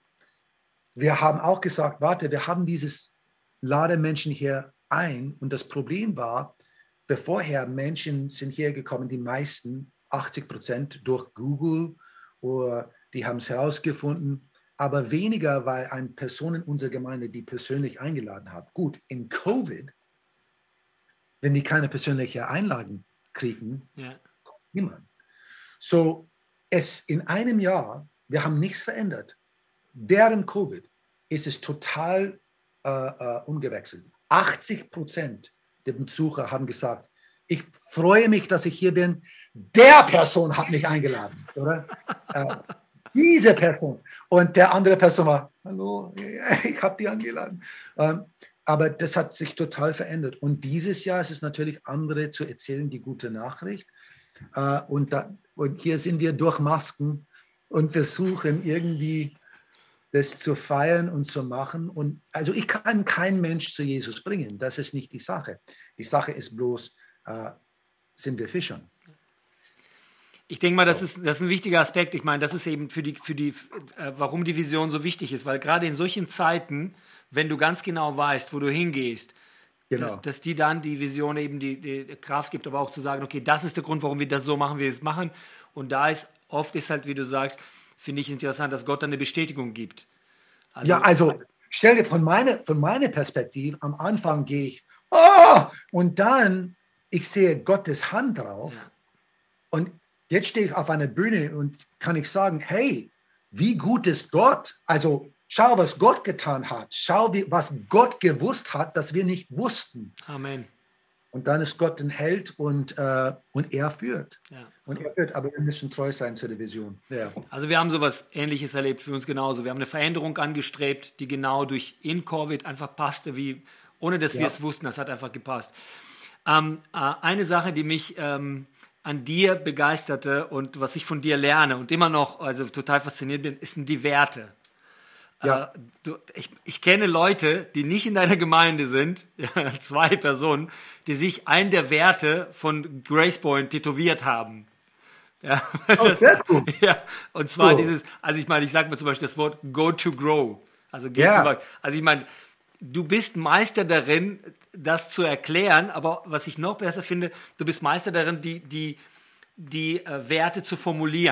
Wir haben auch gesagt, warte, wir haben lade Menschen hier ein. Und das Problem war, bevorher Menschen sind hier gekommen, die meisten, 80% durch Google, oder die haben es herausgefunden, aber weniger, weil eine Person in unserer Gemeinde die persönlich eingeladen hat. Gut, in Covid, wenn die keine persönliche Einladung kriegen, niemand. So, in einem Jahr, wir haben nichts verändert. Während Covid ist es total umgewechselt. 80% der Besucher haben gesagt, ich freue mich, dass ich hier bin. Der Person hat mich eingeladen, oder? Diese Person. Und der andere Person war, hallo, ich habe die eingeladen. Aber das hat sich total verändert. Und dieses Jahr ist es natürlich andere zu erzählen, die gute Nachricht. Und hier sind wir durch Masken und versuchen irgendwie das zu feiern und zu machen. Und also ich kann keinen Mensch zu Jesus bringen. Das ist nicht die Sache. Die Sache ist bloß, sind wir Fischern. Ich denke mal, das ist ein wichtiger Aspekt. Ich meine, das ist eben warum die Vision so wichtig ist. Weil gerade in solchen Zeiten, wenn du ganz genau weißt, wo du hingehst, dass die dann die Vision eben die Kraft gibt, aber auch zu sagen, okay, das ist der Grund, warum wir das so machen, wie wir es machen. Und oft ist halt, wie du sagst, finde ich interessant, dass Gott dann eine Bestätigung gibt. Also stell dir von meiner Perspektive, am Anfang gehe ich, und dann, ich sehe Gottes Hand drauf und jetzt stehe ich auf einer Bühne und kann ich sagen, hey, wie gut ist Gott? Also schau, was Gott getan hat. Schau, was Gott gewusst hat, das wir nicht wussten. Amen. Und dann ist Gott ein Held und er führt. Ja. Und er führt, aber wir müssen treu sein zu der Vision. Ja. Also wir haben sowas Ähnliches erlebt für uns genauso. Wir haben eine Veränderung angestrebt, die genau durch Covid einfach passte, ohne dass wir es wussten. Das hat einfach gepasst. Eine Sache, die mich an dir begeisterte und was ich von dir lerne und immer noch also total fasziniert bin, sind die Werte. Ja. Ich kenne Leute, die nicht in deiner Gemeinde sind, 2 Personen, die sich einen der Werte von Grace Point tätowiert haben. Ja, sehr cool. Ja, und zwar also ich meine, ich sage mal zum Beispiel das Wort go to grow. Also ich meine, du bist Meister darin, das zu erklären, aber was ich noch besser finde, du bist Meister darin, die Werte zu formulieren.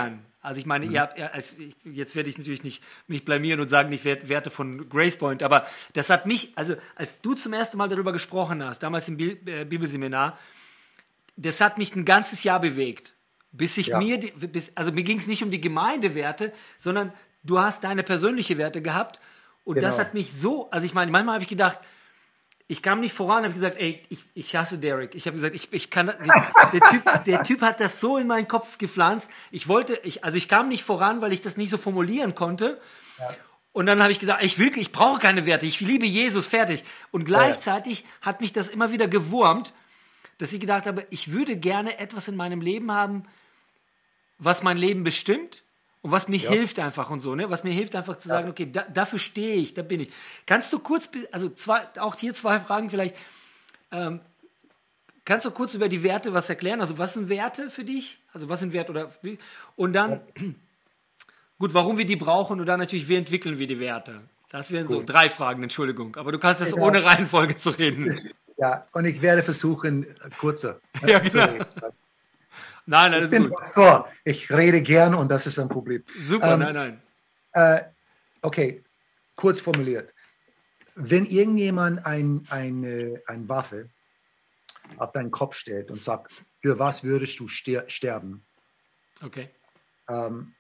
Also ich meine, jetzt werde ich natürlich nicht mich blamieren und sagen, nicht Werte von Grace Point, aber das hat mich, also als du zum ersten Mal darüber gesprochen hast, damals im Bibelseminar, das hat mich ein ganzes Jahr bewegt. Ja, Also mir ging es nicht um die Gemeindewerte, sondern du hast deine persönliche Werte gehabt und das hat genau. mich so, also ich meine, manchmal habe ich gedacht, ich kam nicht voran, habe gesagt, ey, ich hasse Derek. Ich habe gesagt, ich kann, der Typ hat das so in meinen Kopf gepflanzt. Also ich kam nicht voran, weil ich das nicht so formulieren konnte. Ja, Und dann habe ich gesagt, ich brauche keine Werte, ich liebe Jesus, fertig. Und ja, ja. gleichzeitig hat mich das immer wieder gewurmt, dass ich gedacht habe, ich würde gerne etwas in meinem Leben haben, was mein Leben bestimmt und was mir Ja. hilft einfach und so, ne? Was mir hilft einfach zu sagen, Ja. okay, dafür stehe ich, da bin ich. Kannst du kurz, also auch hier zwei Fragen vielleicht, kannst du kurz über die Werte was erklären? Also was sind Werte für dich? Also was sind Werte und dann, Ja. gut, warum wir die brauchen und dann natürlich, wie entwickeln wir die Werte? Das wären so Gut. 3 Fragen, Entschuldigung. Aber du kannst das Ja. ohne Reihenfolge zu reden. Ja, und ich werde versuchen, kürzer Ja, zu genau. reden. Nein, Ich alles bin gut. Pastor. Ich rede gern und das ist ein Problem. Super, Ähm, nein. äh, okay, kurz formuliert. Wenn irgendjemand eine Waffe auf deinen Kopf stellt und sagt, für was würdest du sterben? Okay. Ähm,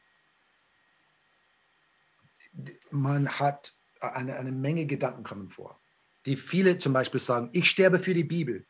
Man hat eine Menge Gedanken kommen vor. Die viele zum Beispiel sagen, ich sterbe für die Bibel.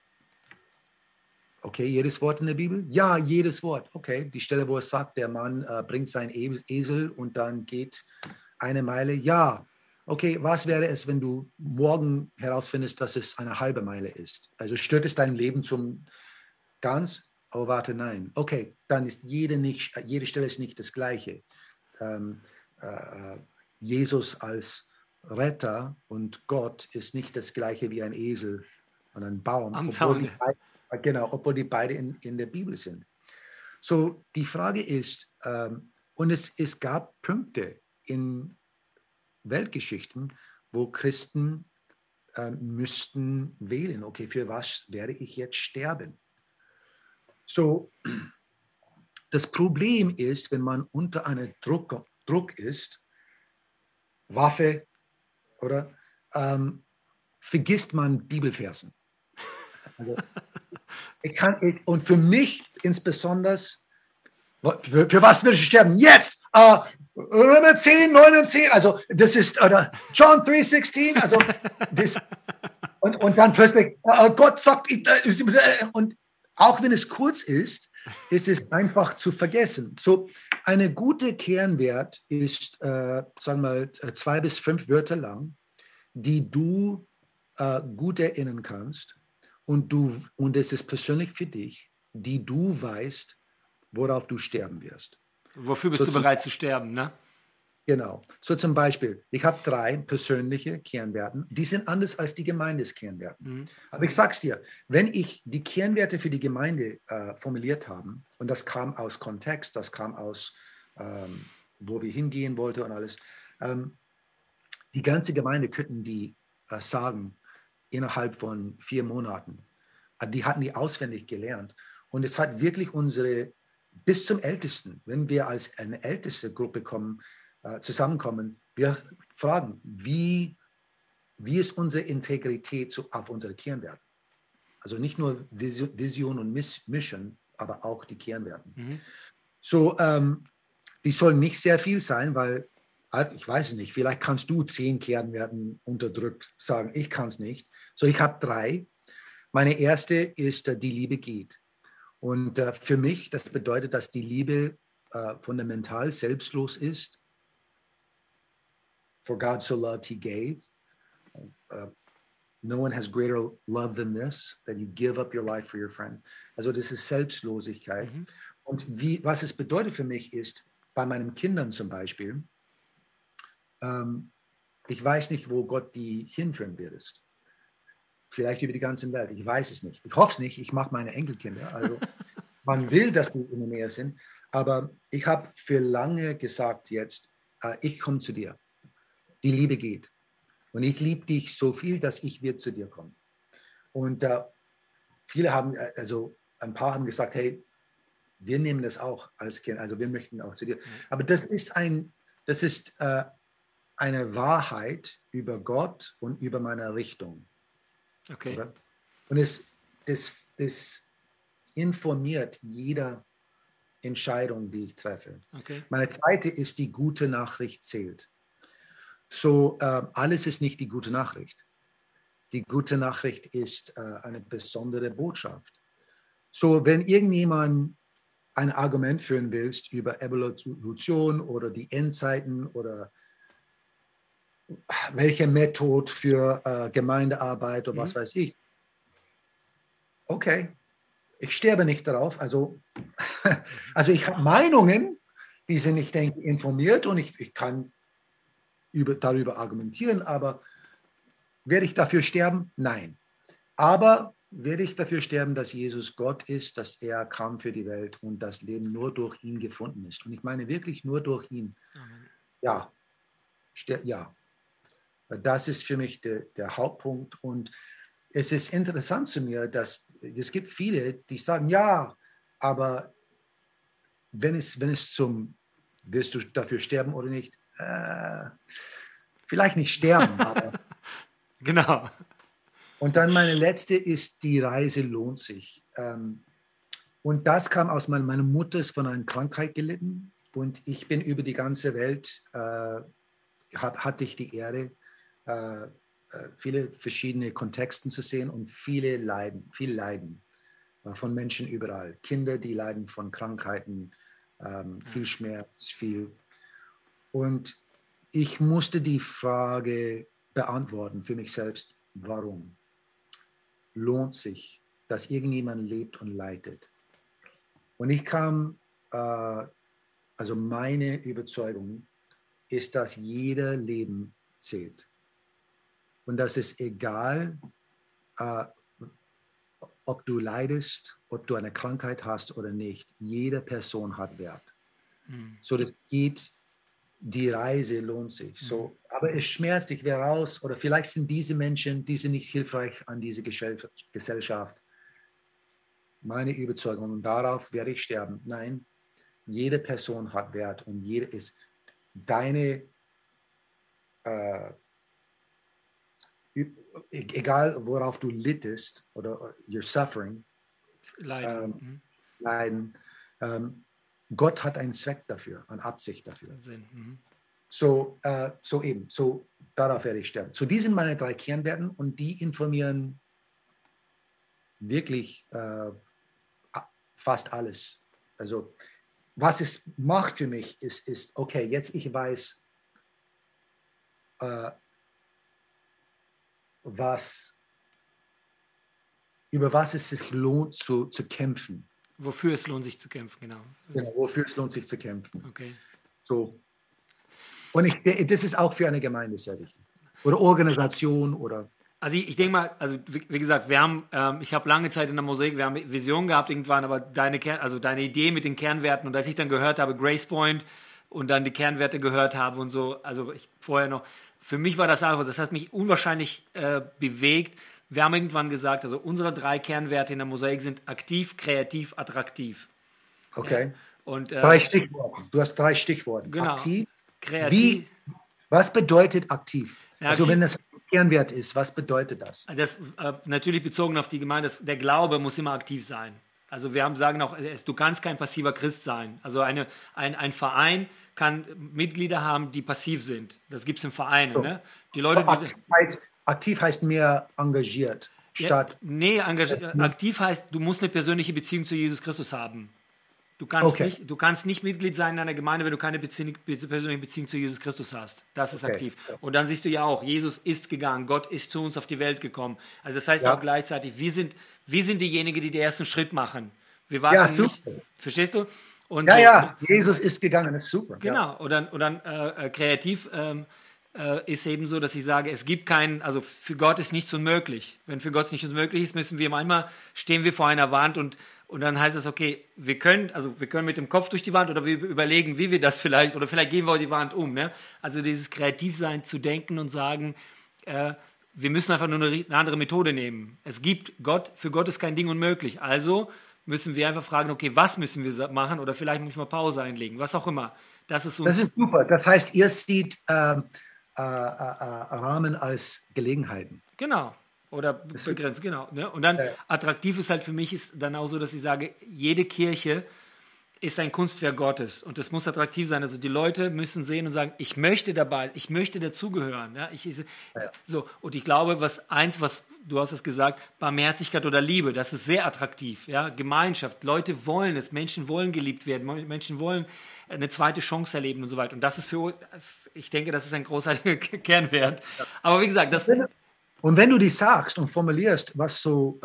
Okay, jedes Wort in der Bibel? Ja, jedes Wort. Okay, die Stelle, wo es sagt, der Mann bringt seinen Esel und dann geht eine Meile. Ja. Okay, was wäre es, wenn du morgen herausfindest, dass es eine halbe Meile ist? Also stört es dein Leben zum ganz? Oh, warte, nein. Okay, dann ist jede Stelle ist nicht das Gleiche. Ähm, äh, Jesus als Retter und Gott ist nicht das Gleiche wie ein Esel und ein Baum, Am Zaun. obwohl die beide in der Bibel sind. So, die Frage ist, und es gab Punkte in Weltgeschichten, wo Christen müssten wählen, okay, für was werde ich jetzt sterben? So, das Problem ist, wenn man unter einem Druck ist, Waffe, oder, vergisst man Bibelversen. Also, und für mich insbesondere, für was würde ich sterben? Jetzt! Römer 10, 9 und 10, also das ist, oder John 3,16, also das, und dann plötzlich, Gott sagt, und auch wenn es kurz ist es einfach zu vergessen. So, eine gute Kernwert ist, sagen wir mal, 2 bis 5 Wörter lang, die du gut erinnern kannst und es ist persönlich für dich, die du weißt, worauf du sterben wirst. Wofür So bist du bereit zu sterben, ne? Genau. So zum Beispiel, ich habe 3 persönliche Kernwerten, die sind anders als die Gemeindeskernwerten. Mhm. Aber ich sag's dir, wenn ich die Kernwerte für die Gemeinde formuliert habe, und das kam aus Kontext, das kam aus, wo wir hingehen wollten und alles, die ganze Gemeinde könnten die sagen innerhalb von 4 Monaten. Die hatten die auswendig gelernt. Und es hat wirklich bis zum Ältesten, wenn wir als eine älteste Gruppe zusammenkommen, wir fragen, wie ist unsere Integrität auf unsere Kernwerte? Also nicht nur Vision und Mission, aber auch die Kernwerte. Mhm. So, die sollen nicht sehr viel sein, weil ich weiß es nicht, vielleicht kannst du 10 Kernwerten unterdrückt sagen, ich kann es nicht. So, ich habe 3. Meine erste ist, die Liebe geht. Und für mich, das bedeutet, dass die Liebe fundamental selbstlos ist. For God so loved, he gave. No one has greater love than this, that you give up your life for your friend. Also das ist Selbstlosigkeit. Mhm. Und was es bedeutet für mich ist, bei meinen Kindern zum Beispiel, ich weiß nicht, wo Gott die hinführen wird. Vielleicht über die ganze Welt. Ich weiß es nicht. Ich hoffe es nicht. Ich mache meine Enkelkinder. Also man will, dass die in der Nähe sind. Aber ich habe für lange gesagt jetzt, ich komme zu dir. Die Liebe geht. Und ich liebe dich so viel, dass ich zu dir kommen. Und viele haben, also ein paar haben gesagt, hey, wir nehmen das auch als Kind, also wir möchten auch zu dir. Ja. Aber das ist eine Wahrheit über Gott und über meine Richtung. Okay. Oder? Und das informiert jede Entscheidung, die ich treffe. Okay. Meine zweite ist, die gute Nachricht zählt. So, alles ist nicht die gute Nachricht. Die gute Nachricht ist eine besondere Botschaft. So, wenn irgendjemand ein Argument führen willst über Evolution oder die Endzeiten oder welche Methode für Gemeindearbeit oder was weiß ich. Okay, ich sterbe nicht darauf. Also ich habe Meinungen, die sind, ich denke, informiert und ich kann darüber argumentieren, aber werde ich dafür sterben? Nein. Aber werde ich dafür sterben, dass Jesus Gott ist, dass er kam für die Welt und das Leben nur durch ihn gefunden ist. Und ich meine wirklich nur durch ihn. Amen. Ja, ja. Das ist für mich der Hauptpunkt. Und es ist interessant zu mir, dass es gibt viele, die sagen, ja, aber wenn es wirst du dafür sterben oder nicht? Vielleicht nicht sterben, aber. Genau. Und dann meine letzte ist, die Reise lohnt sich. Und das kam aus meine Mutter ist von einer Krankheit gelitten und ich bin über die ganze Welt, hatte ich die Ehre, viele verschiedene Kontexten zu sehen und viel Leiden von Menschen überall. Kinder, die leiden von Krankheiten, viel Schmerz, viel. Und ich musste die Frage beantworten für mich selbst, warum? Lohnt sich, dass irgendjemand lebt und leidet? Und ich kam, also meine Überzeugung ist, dass jeder Leben zählt. Und das ist egal, ob du leidest, ob du eine Krankheit hast oder nicht. Jede Person hat Wert. So, das geht, die Reise lohnt sich. So, aber es schmerzt, ich wäre raus. Oder vielleicht sind diese Menschen, die sind nicht hilfreich an diese Gesellschaft. Meine Überzeugung, und darauf werde ich sterben. Nein, jede Person hat Wert und jede ist deine, egal worauf du littest oder you're suffering, Leiden, Gott hat einen Zweck dafür, eine Absicht dafür. Sinn. So darauf werde ich sterben. So, die sind meine 3 Kernwerten und die informieren wirklich fast alles. Also, was es macht für mich, ist okay, jetzt ich weiß, über was es sich lohnt zu kämpfen. Wofür es lohnt sich zu kämpfen, genau. Genau, wofür es lohnt sich zu kämpfen. Okay. So. Und das ist auch für eine Gemeinde sehr wichtig. Oder Organisation oder. Also ich denke mal, also wie gesagt, ich habe lange Zeit in der Mosaik, wir haben Visionen gehabt irgendwann, aber deine Idee mit den Kernwerten und als ich dann gehört habe, Grace Point und dann die Kernwerte gehört habe und so, also für mich war das einfach, das hat mich unwahrscheinlich bewegt. Wir haben irgendwann gesagt, also unsere 3 Kernwerte in der Mosaik sind aktiv, kreativ, attraktiv. Okay. Ja. Und, 3 Stichworte. Du hast 3 Stichworte. Genau. Aktiv. Kreativ. Was bedeutet aktiv? Ja, also aktiv, wenn das Kernwert ist, was bedeutet das? Das natürlich bezogen auf die Gemeinde, der Glaube muss immer aktiv sein. Also sagen auch, du kannst kein passiver Christ sein. Also ein Verein kann Mitglieder haben, die passiv sind. Das gibt es in Vereinen. So. Ne? Die Leute, aktiv heißt mehr engagiert. Statt aktiv heißt, du musst eine persönliche Beziehung zu Jesus Christus haben. Du kannst nicht Mitglied sein in einer Gemeinde, wenn du keine persönliche Beziehung zu Jesus Christus hast. Das ist aktiv. Und dann siehst du ja auch, Jesus ist gegangen, Gott ist zu uns auf die Welt gekommen. Also das heißt auch gleichzeitig, wir sind diejenigen, die den ersten Schritt machen. Wir warten nicht. Verstehst du? Und Jesus ist gegangen, das ist super. Genau. Und dann kreativ ist eben so, dass ich sage, es gibt also für Gott ist nichts unmöglich. Wenn für Gott nichts unmöglich ist, stehen wir vor einer Wand und dann heißt es, okay, wir können mit dem Kopf durch die Wand oder wir überlegen, wie wir das vielleicht gehen wir die Wand um. Ne? Also dieses Kreativsein zu denken und sagen, wir müssen einfach nur eine andere Methode nehmen. Für Gott ist kein Ding unmöglich. Also müssen wir einfach fragen, okay, was müssen wir machen oder vielleicht manchmal Pause einlegen, was auch immer. Das ist Das uns. ist super. Das heißt, ihr seht Rahmen als Gelegenheiten. Genau. Oder begrenzt, genau. Ne? Und dann attraktiv ist halt für mich ist dann auch so, dass ich sage, jede Kirche ist ein Kunstwerk Gottes und das muss attraktiv sein. Also die Leute müssen sehen und sagen, ich möchte dabei, ich möchte dazugehören. Ja? So, und ich glaube, was du hast es gesagt, Barmherzigkeit oder Liebe, das ist sehr attraktiv. Ja? Gemeinschaft, Leute wollen es, Menschen wollen geliebt werden, Menschen wollen eine zweite Chance erleben und so weiter. Und das ist ich denke, das ist ein großartiger Kernwert. Aber wie gesagt, Und wenn du die sagst und formulierst, was so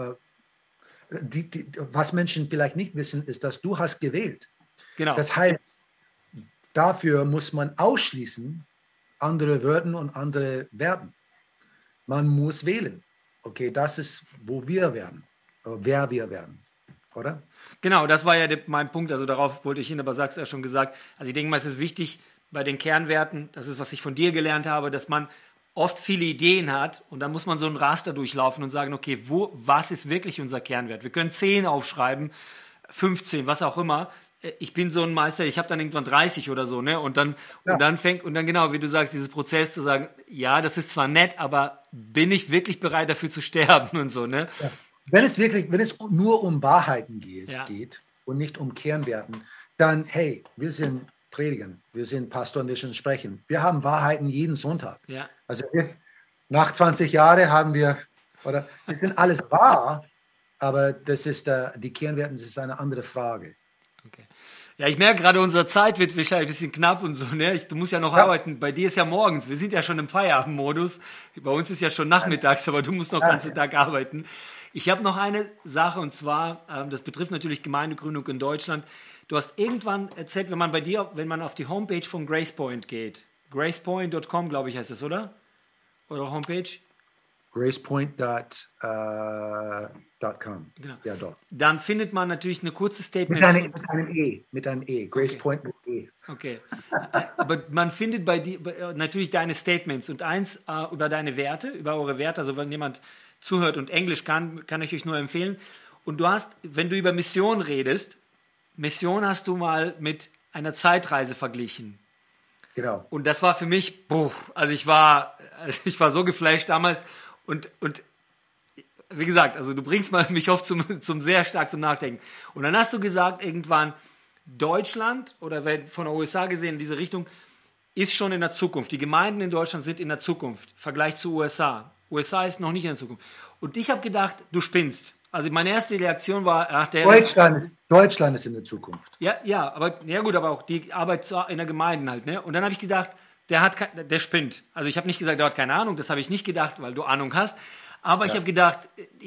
was Menschen vielleicht nicht wissen, ist, dass du hast gewählt. Genau. Das heißt, dafür muss man ausschließen andere Würden und andere Verben. Man muss wählen. Okay, das ist, wo wir werden, wer wir werden, oder? Genau, das war ja mein Punkt, also darauf wollte ich hin, aber sagst du ja schon gesagt. Also ich denke mal, es ist wichtig bei den Kernwerten, das ist, was ich von dir gelernt habe, dass man oft viele Ideen hat und dann muss man so ein Raster durchlaufen und sagen, okay, was ist wirklich unser Kernwert? Wir können 10 aufschreiben, 15, was auch immer. Ich bin so ein Meister, ich habe dann irgendwann 30 oder so, ne? Und dann genau, wie du sagst, dieses Prozess zu sagen, ja, das ist zwar nett, aber bin ich wirklich bereit dafür zu sterben und so, ne? Ja. Wenn es nur um Wahrheiten geht und nicht um Kernwerten, dann, hey, wir sind Predigen, wir sind Pastor und wir sind sprechen. Wir haben Wahrheiten jeden Sonntag. Ja. Also nach 20 Jahren haben wir sind alles wahr, aber das ist die Kernwerten, das ist eine andere Frage. Okay. Ja, ich merke gerade, unsere Zeit wird wahrscheinlich ein bisschen knapp und so. Ne? Du musst ja noch arbeiten. Bei dir ist ja morgens. Wir sind ja schon im Feierabendmodus. Bei uns ist ja schon nachmittags, aber du musst noch den ganzen Tag arbeiten. Ich habe noch eine Sache und zwar, das betrifft natürlich Gemeindegründung in Deutschland. Du hast irgendwann erzählt, wenn man auf die Homepage von GracePoint geht, gracepoint.com, glaube ich, heißt es, oder? Oder Homepage? gracepoint.com. Genau. Ja, doch. Dann findet man natürlich eine kurze Statement. Mit einem E. Gracepoint mit E. Okay. Aber man findet bei dir natürlich deine Statements und eins über deine Werte, über eure Werte. Also wenn jemand zuhört und Englisch kann ich euch nur empfehlen. Und du hast, wenn du über Mission redest, Mission hast du mal mit einer Zeitreise verglichen. Genau. Und das war für mich, also ich war so geflasht damals und wie gesagt, also du bringst mich oft zum sehr stark zum Nachdenken. Und dann hast du gesagt, irgendwann, Deutschland oder von der USA gesehen in diese Richtung, ist schon in der Zukunft. Die Gemeinden in Deutschland sind in der Zukunft, im Vergleich zu USA. USA ist noch nicht in der Zukunft. Und ich habe gedacht, du spinnst. Also meine erste Reaktion war, Deutschland ist in der Zukunft. Ja, aber auch die Arbeit in der Gemeinde halt. Ne? Und dann habe ich gedacht, der spinnt. Also ich habe nicht gesagt, der hat keine Ahnung, das habe ich nicht gedacht, weil du Ahnung hast. Aber ich habe gedacht,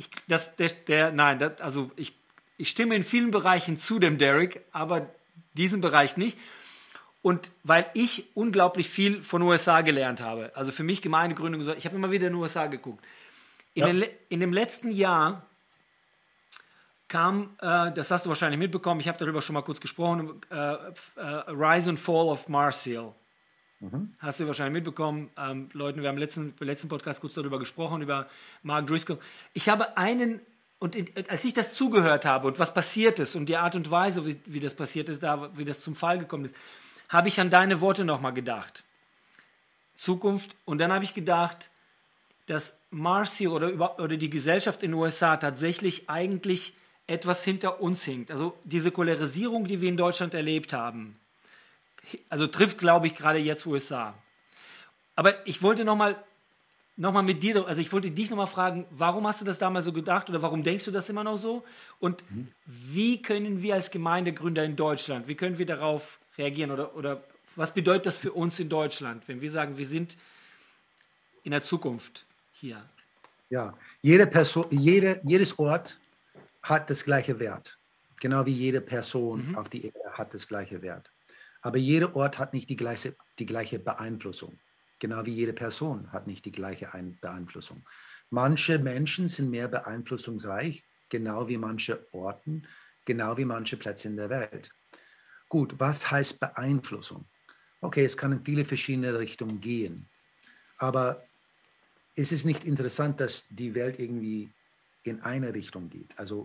ich stimme in vielen Bereichen zu dem Derek, aber diesen Bereich nicht. Und weil ich unglaublich viel von USA gelernt habe, also für mich Gemeindegründung, ich habe immer wieder in den USA geguckt. In dem letzten Jahr kam, das hast du wahrscheinlich mitbekommen, ich habe darüber schon mal kurz gesprochen, Rise and Fall of Mars Hill. Hast du wahrscheinlich mitbekommen, Leute, wir haben im letzten Podcast kurz darüber gesprochen, über Mark Driscoll. Ich habe als ich das zugehört habe und was passiert ist und die Art und Weise, wie das passiert ist, wie das zum Fall gekommen ist, habe ich an deine Worte nochmal gedacht. Zukunft. Und dann habe ich gedacht, dass Mars Hill oder die Gesellschaft in den USA tatsächlich eigentlich etwas hinter uns hinkt. Also diese Polarisierung, die wir in Deutschland erlebt haben, also trifft, glaube ich, gerade jetzt USA. Aber ich wollte noch mal mit dir, also ich wollte dich nochmal fragen, warum hast du das damals so gedacht oder warum denkst du das immer noch so? Und wie können wir als Gemeindegründer in Deutschland, wie können wir darauf reagieren oder was bedeutet das für uns in Deutschland, wenn wir sagen, wir sind in der Zukunft hier? Ja, jedes Ort hat das gleiche Wert, genau wie jede Person auf die Erde hat das gleiche Wert. Aber jeder Ort hat nicht die gleiche Beeinflussung. Genau wie jede Person hat nicht die gleiche Beeinflussung. Manche Menschen sind mehr beeinflussungsreich, genau wie manche Orten, genau wie manche Plätze in der Welt. Gut, was heißt Beeinflussung? Okay, es kann in viele verschiedene Richtungen gehen. Aber ist es nicht interessant, dass die Welt irgendwie in eine Richtung geht? Also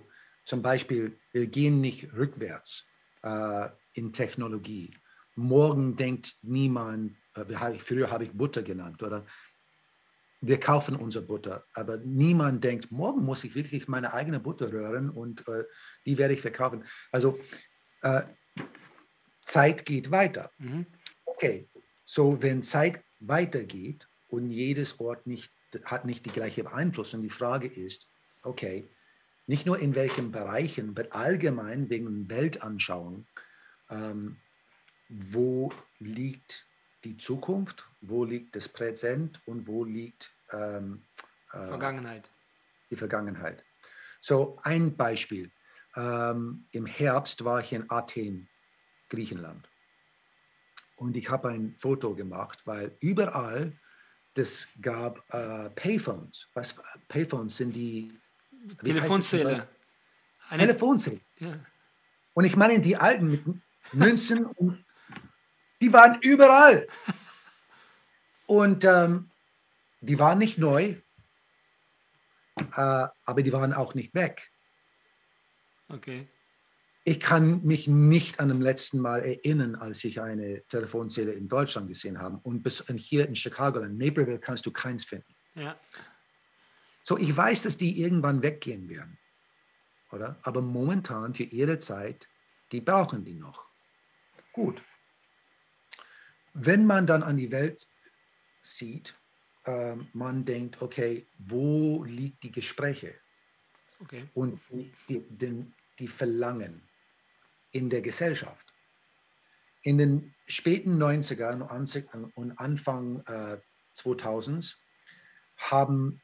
Zum Beispiel, wir gehen nicht rückwärts in Technologie. Morgen denkt niemand, früher habe ich Butter genannt, oder? Wir kaufen unsere Butter, aber niemand denkt, morgen muss ich wirklich meine eigene Butter rühren und die werde ich verkaufen. Also Zeit geht weiter. Okay, so wenn Zeit weitergeht und jedes Ort hat nicht die gleiche Beeinflussung, die Frage ist, okay, nicht nur in welchen Bereichen, aber allgemein wegen Weltanschauung, wo liegt die Zukunft, wo liegt das Präsent und wo liegt Vergangenheit. Die Vergangenheit. So ein Beispiel. Im Herbst war ich in Athen, Griechenland. Und ich habe ein Foto gemacht, weil überall das gab Payphones. Payphones sind die Telefonzelle. Telefonzelle. Ja. Und ich meine die alten mit Münzen, die waren überall. Und die waren nicht neu, aber die waren auch nicht weg. Okay. Ich kann mich nicht an dem letzten Mal erinnern, als ich eine Telefonzelle in Deutschland gesehen habe. Und hier in Chicago, in Naperville, kannst du keins finden. Ja. So, ich weiß, dass die irgendwann weggehen werden, oder? Aber momentan, für ihre Zeit, die brauchen die noch. Gut. Wenn man dann an die Welt sieht, man denkt, okay, wo liegt die Gespräche? Okay. Und die Verlangen in der Gesellschaft. In den späten 90ern und Anfang 2000 haben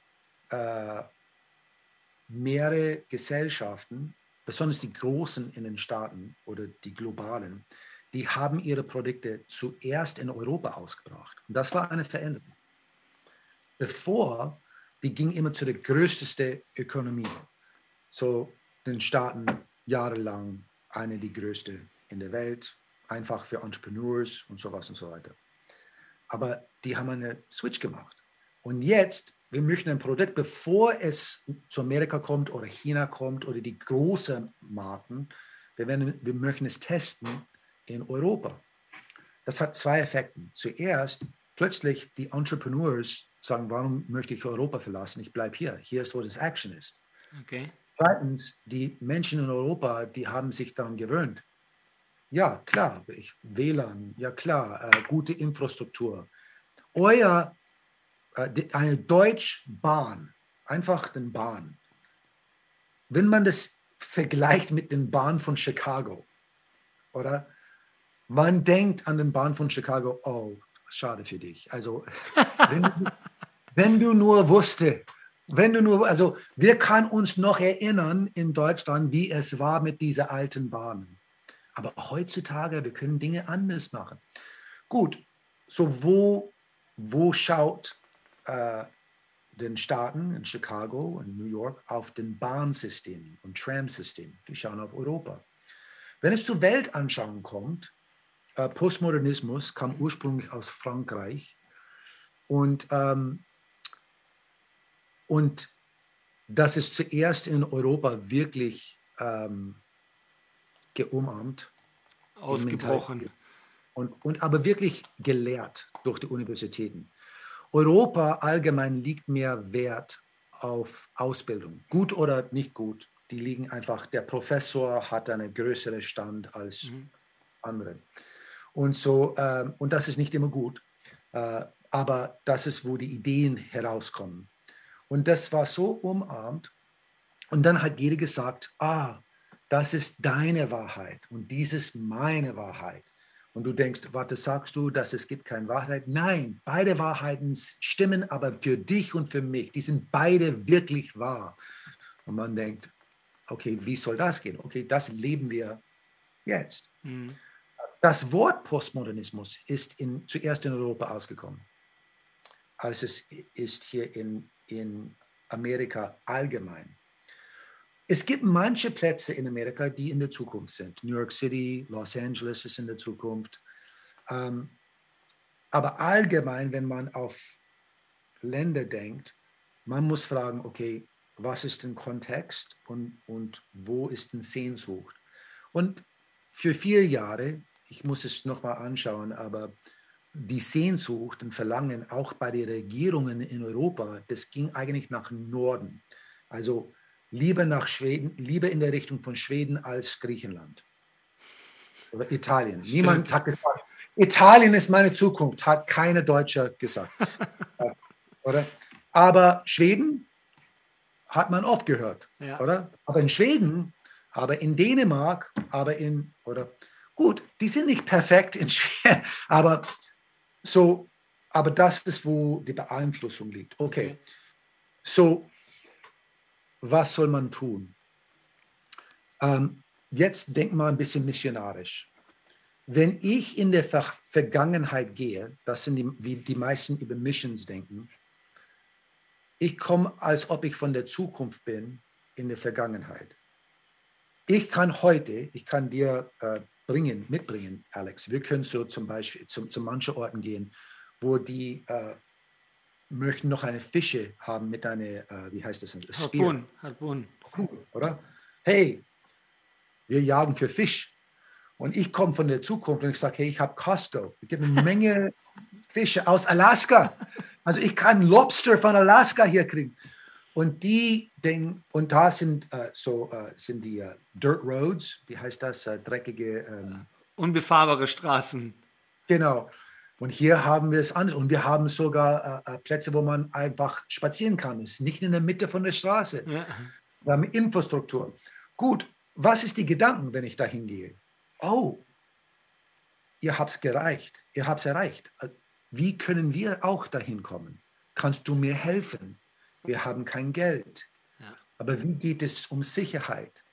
mehrere Gesellschaften, besonders die großen in den Staaten oder die globalen, die haben ihre Produkte zuerst in Europa ausgebracht. Und das war eine Veränderung. Bevor, die ging immer zu der größten Ökonomie. So den Staaten jahrelang eine die größte in der Welt, einfach für Entrepreneurs und sowas und so weiter. Aber die haben einen Switch gemacht. Und jetzt, wir möchten ein Produkt, bevor es zu Amerika kommt oder China kommt oder die großen Marken, wir möchten es testen in Europa. Das hat zwei Effekte. Zuerst, plötzlich die Entrepreneurs sagen, warum möchte ich Europa verlassen? Ich bleibe hier. Hier ist, wo das Action ist. Okay. Zweitens, die Menschen in Europa, die haben sich daran gewöhnt. Ja, klar, WLAN, ja klar, gute Infrastruktur. Eine Deutschbahn, einfach den Bahn. Wenn man das vergleicht mit den Bahnen von Chicago, oder? Man denkt an den Bahn von Chicago, oh, schade für dich. Also, wenn du nur wusstest, also wir können uns noch erinnern in Deutschland, wie es war mit dieser alten Bahnen. Aber heutzutage, wir können Dinge anders machen. Gut, so wo schaut den Staaten in Chicago und New York auf den Bahnsystem und Tramsystem? Die schauen auf Europa. Wenn es zur Weltanschauung kommt, Postmodernismus kam ursprünglich aus Frankreich und das ist zuerst in Europa wirklich geumarmt. Ausgebrochen. Und aber wirklich gelehrt durch die Universitäten. Europa allgemein liegt mehr Wert auf Ausbildung. Gut oder nicht gut, die liegen einfach, der Professor hat einen größeren Stand als andere. Und so, und das ist nicht immer gut, aber das ist, wo die Ideen herauskommen. Und das war so umarmt. Und dann hat jeder gesagt, das ist deine Wahrheit und dies ist meine Wahrheit. Und du denkst, warte, sagst du, dass es gibt keine Wahrheit? Nein, beide Wahrheiten stimmen aber für dich und für mich. Die sind beide wirklich wahr. Und man denkt, okay, wie soll das gehen? Okay, das leben wir jetzt. Das Wort Postmodernismus ist zuerst in Europa ausgekommen, als es ist hier in Amerika allgemein. Es gibt manche Plätze in Amerika, die in der Zukunft sind. New York City, Los Angeles ist in der Zukunft. Aber allgemein, wenn man auf Länder denkt, man muss fragen, okay, was ist ein Kontext und wo ist eine Sehnsucht. Und für 4 Jahre, ich muss es nochmal anschauen, aber die Sehnsucht und Verlangen auch bei den Regierungen in Europa, das ging eigentlich nach Norden. Also lieber nach Schweden, lieber in der Richtung von Schweden als Griechenland oder Italien. Stimmt. Niemand hat gesagt, Italien ist meine Zukunft, hat keine Deutscher gesagt. Oder? Aber Schweden hat man oft gehört, Ja. oder? Aber in Schweden, aber in Dänemark, oder gut, die sind nicht perfekt in Schweden, aber aber das ist, wo die Beeinflussung liegt. Okay. So, was soll man tun? Jetzt denk mal ein bisschen missionarisch. Wenn ich in der Vergangenheit gehe, das sind wie die meisten über Missions denken, ich komme, als ob ich von der Zukunft bin, in der Vergangenheit. Ich kann dir mitbringen, Alex. Wir können so zum Beispiel zu manchen Orten gehen, wo die möchten noch eine Fische haben mit einer, wie heißt das? Harpun. Oder? Hey, wir jagen für Fisch. Und ich komme von der Zukunft und ich sage, hey, ich habe Costco. Es gibt eine Menge Fische aus Alaska. Also ich kann Lobster von Alaska hier kriegen. Und da sind die Dirt Roads, wie heißt das? Dreckige. Unbefahrbare Straßen. Genau. Und hier haben wir es anders. Und wir haben sogar Plätze, wo man einfach spazieren kann. Es ist nicht in der Mitte von der Straße. Ja. Wir haben Infrastruktur. Gut, was ist die Gedanken, wenn ich dahin gehe? Oh, ihr habt es erreicht. Wie können wir auch dahin kommen? Kannst du mir helfen? Wir haben kein Geld. Ja. Aber wie geht es um Sicherheit?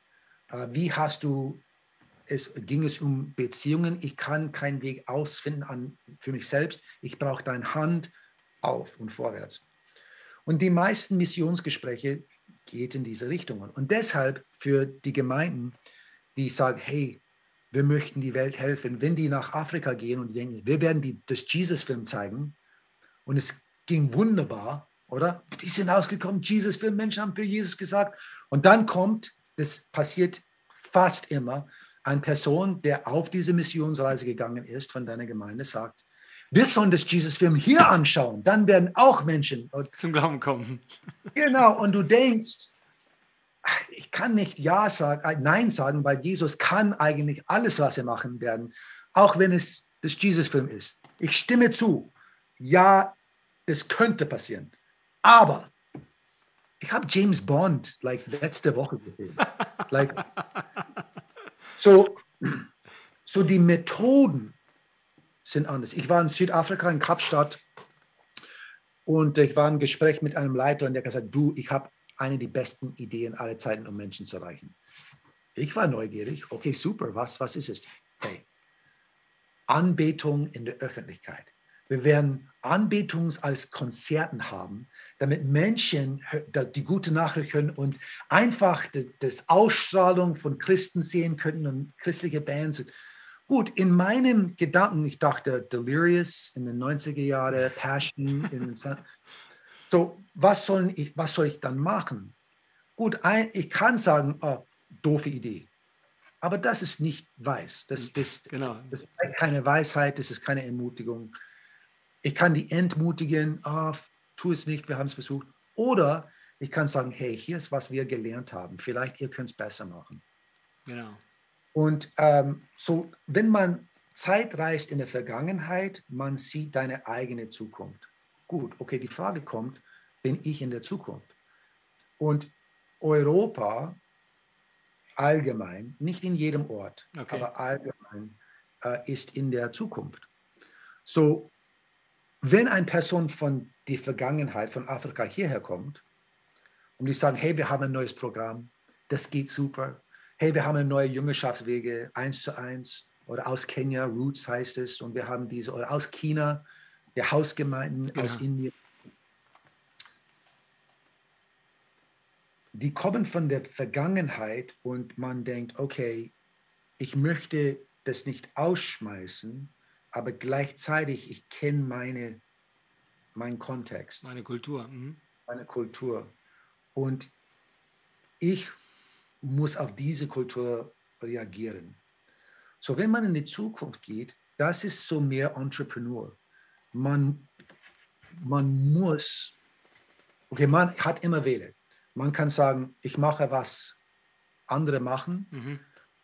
Ging es um Beziehungen? Ich kann keinen Weg ausfinden für mich selbst. Ich brauche deine Hand auf und vorwärts. Und die meisten Missionsgespräche gehen in diese Richtungen. Und deshalb für die Gemeinden, die sagen, hey, wir möchten die Welt helfen, wenn die nach Afrika gehen und die denken, wir werden das Jesus-Film zeigen und es ging wunderbar, oder? Die sind ausgekommen, Jesus-Film, Menschen haben für Jesus gesagt. Und dann das passiert fast immer, eine Person, der auf diese Missionsreise gegangen ist, von deiner Gemeinde, sagt, wir sollen das Jesus-Film hier anschauen, dann werden auch Menschen zum Glauben kommen. Genau, und du denkst, ich kann nicht Nein sagen, weil Jesus kann eigentlich alles, was er machen werden, auch wenn es das Jesus-Film ist. Ich stimme zu. Ja, das könnte passieren. Aber ich habe James Bond letzte Woche gesehen. So die Methoden sind anders. Ich war in Südafrika, in Kapstadt, und ich war im Gespräch mit einem Leiter und der hat gesagt, ich habe eine der besten Ideen aller Zeiten, um Menschen zu erreichen. Ich war neugierig. Okay, super. Was ist es? Hey, Anbetung in der Öffentlichkeit. Wir werden Anbetung als Konzerten haben, damit Menschen die gute Nachricht hören und einfach das Ausstrahlung von Christen sehen können und christliche Bands. Gut, in meinem Gedanken, ich dachte Delirious in den 90er Jahren, Passion in den 20er. So, was soll ich dann machen? Gut, ich kann sagen, oh, doofe Idee. Aber das ist nicht weiß. Genau. Das ist keine Weisheit, das ist keine Ermutigung. Ich kann die entmutigen, tu es nicht, wir haben es versucht. Oder ich kann sagen, hey, hier ist, was wir gelernt haben. Vielleicht ihr könnt es besser machen. Genau. Und so, wenn man Zeit reist in der Vergangenheit, man sieht deine eigene Zukunft. Gut, okay, die Frage kommt, bin ich in der Zukunft? Und Europa allgemein, nicht in jedem Ort, aber allgemein ist in der Zukunft. So, wenn eine Person von der Vergangenheit, von Afrika hierher kommt und die sagen, hey, wir haben ein neues Programm, das geht super. Hey, wir haben neue Jüngerschaftswege, 1:1 oder aus Kenia, Roots heißt es, und wir haben diese, oder aus China, der Hausgemeinden aus Indien. Die kommen von der Vergangenheit und man denkt, okay, ich möchte das nicht ausschmeißen, aber gleichzeitig, ich kenne meinen Kontext. Meine Kultur. Meine Kultur. Und ich muss auf diese Kultur reagieren. So, wenn man in die Zukunft geht, das ist so mehr Entrepreneur. Man muss, okay, man hat immer Wähle. Man kann sagen, ich mache, was andere machen. Mhm.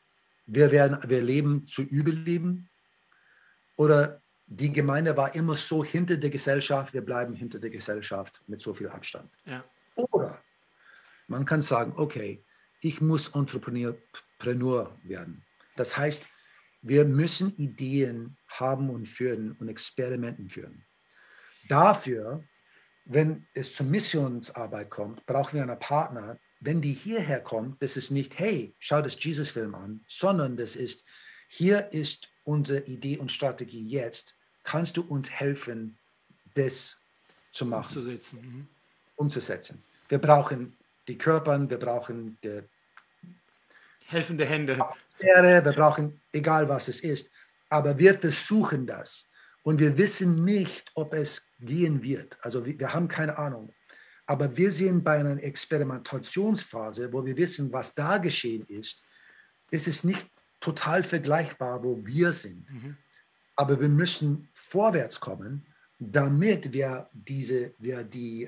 Wir leben zu überleben. Oder die Gemeinde war immer so hinter der Gesellschaft, wir bleiben hinter der Gesellschaft mit so viel Abstand. Ja. Oder man kann sagen, okay, ich muss Entrepreneur werden. Das heißt, wir müssen Ideen haben und führen und Experimenten führen. Dafür, wenn es zur Missionsarbeit kommt, brauchen wir einen Partner. Wenn die hierher kommt, das ist nicht, hey, schau das Jesus-Film an, sondern das ist, hier ist unsere Idee und Strategie jetzt. Kannst du uns helfen, das zu machen? Umzusetzen. Wir brauchen die Körper, wir brauchen die helfende Hände. Wir brauchen, egal was es ist, aber wir versuchen das. Und wir wissen nicht, ob es gehen wird. Also wir haben keine Ahnung. Aber wir sind bei einer Experimentationsphase, wo wir wissen, was da geschehen ist. Es ist nicht total vergleichbar, wo wir sind. Mhm. Aber wir müssen vorwärts kommen, damit wir die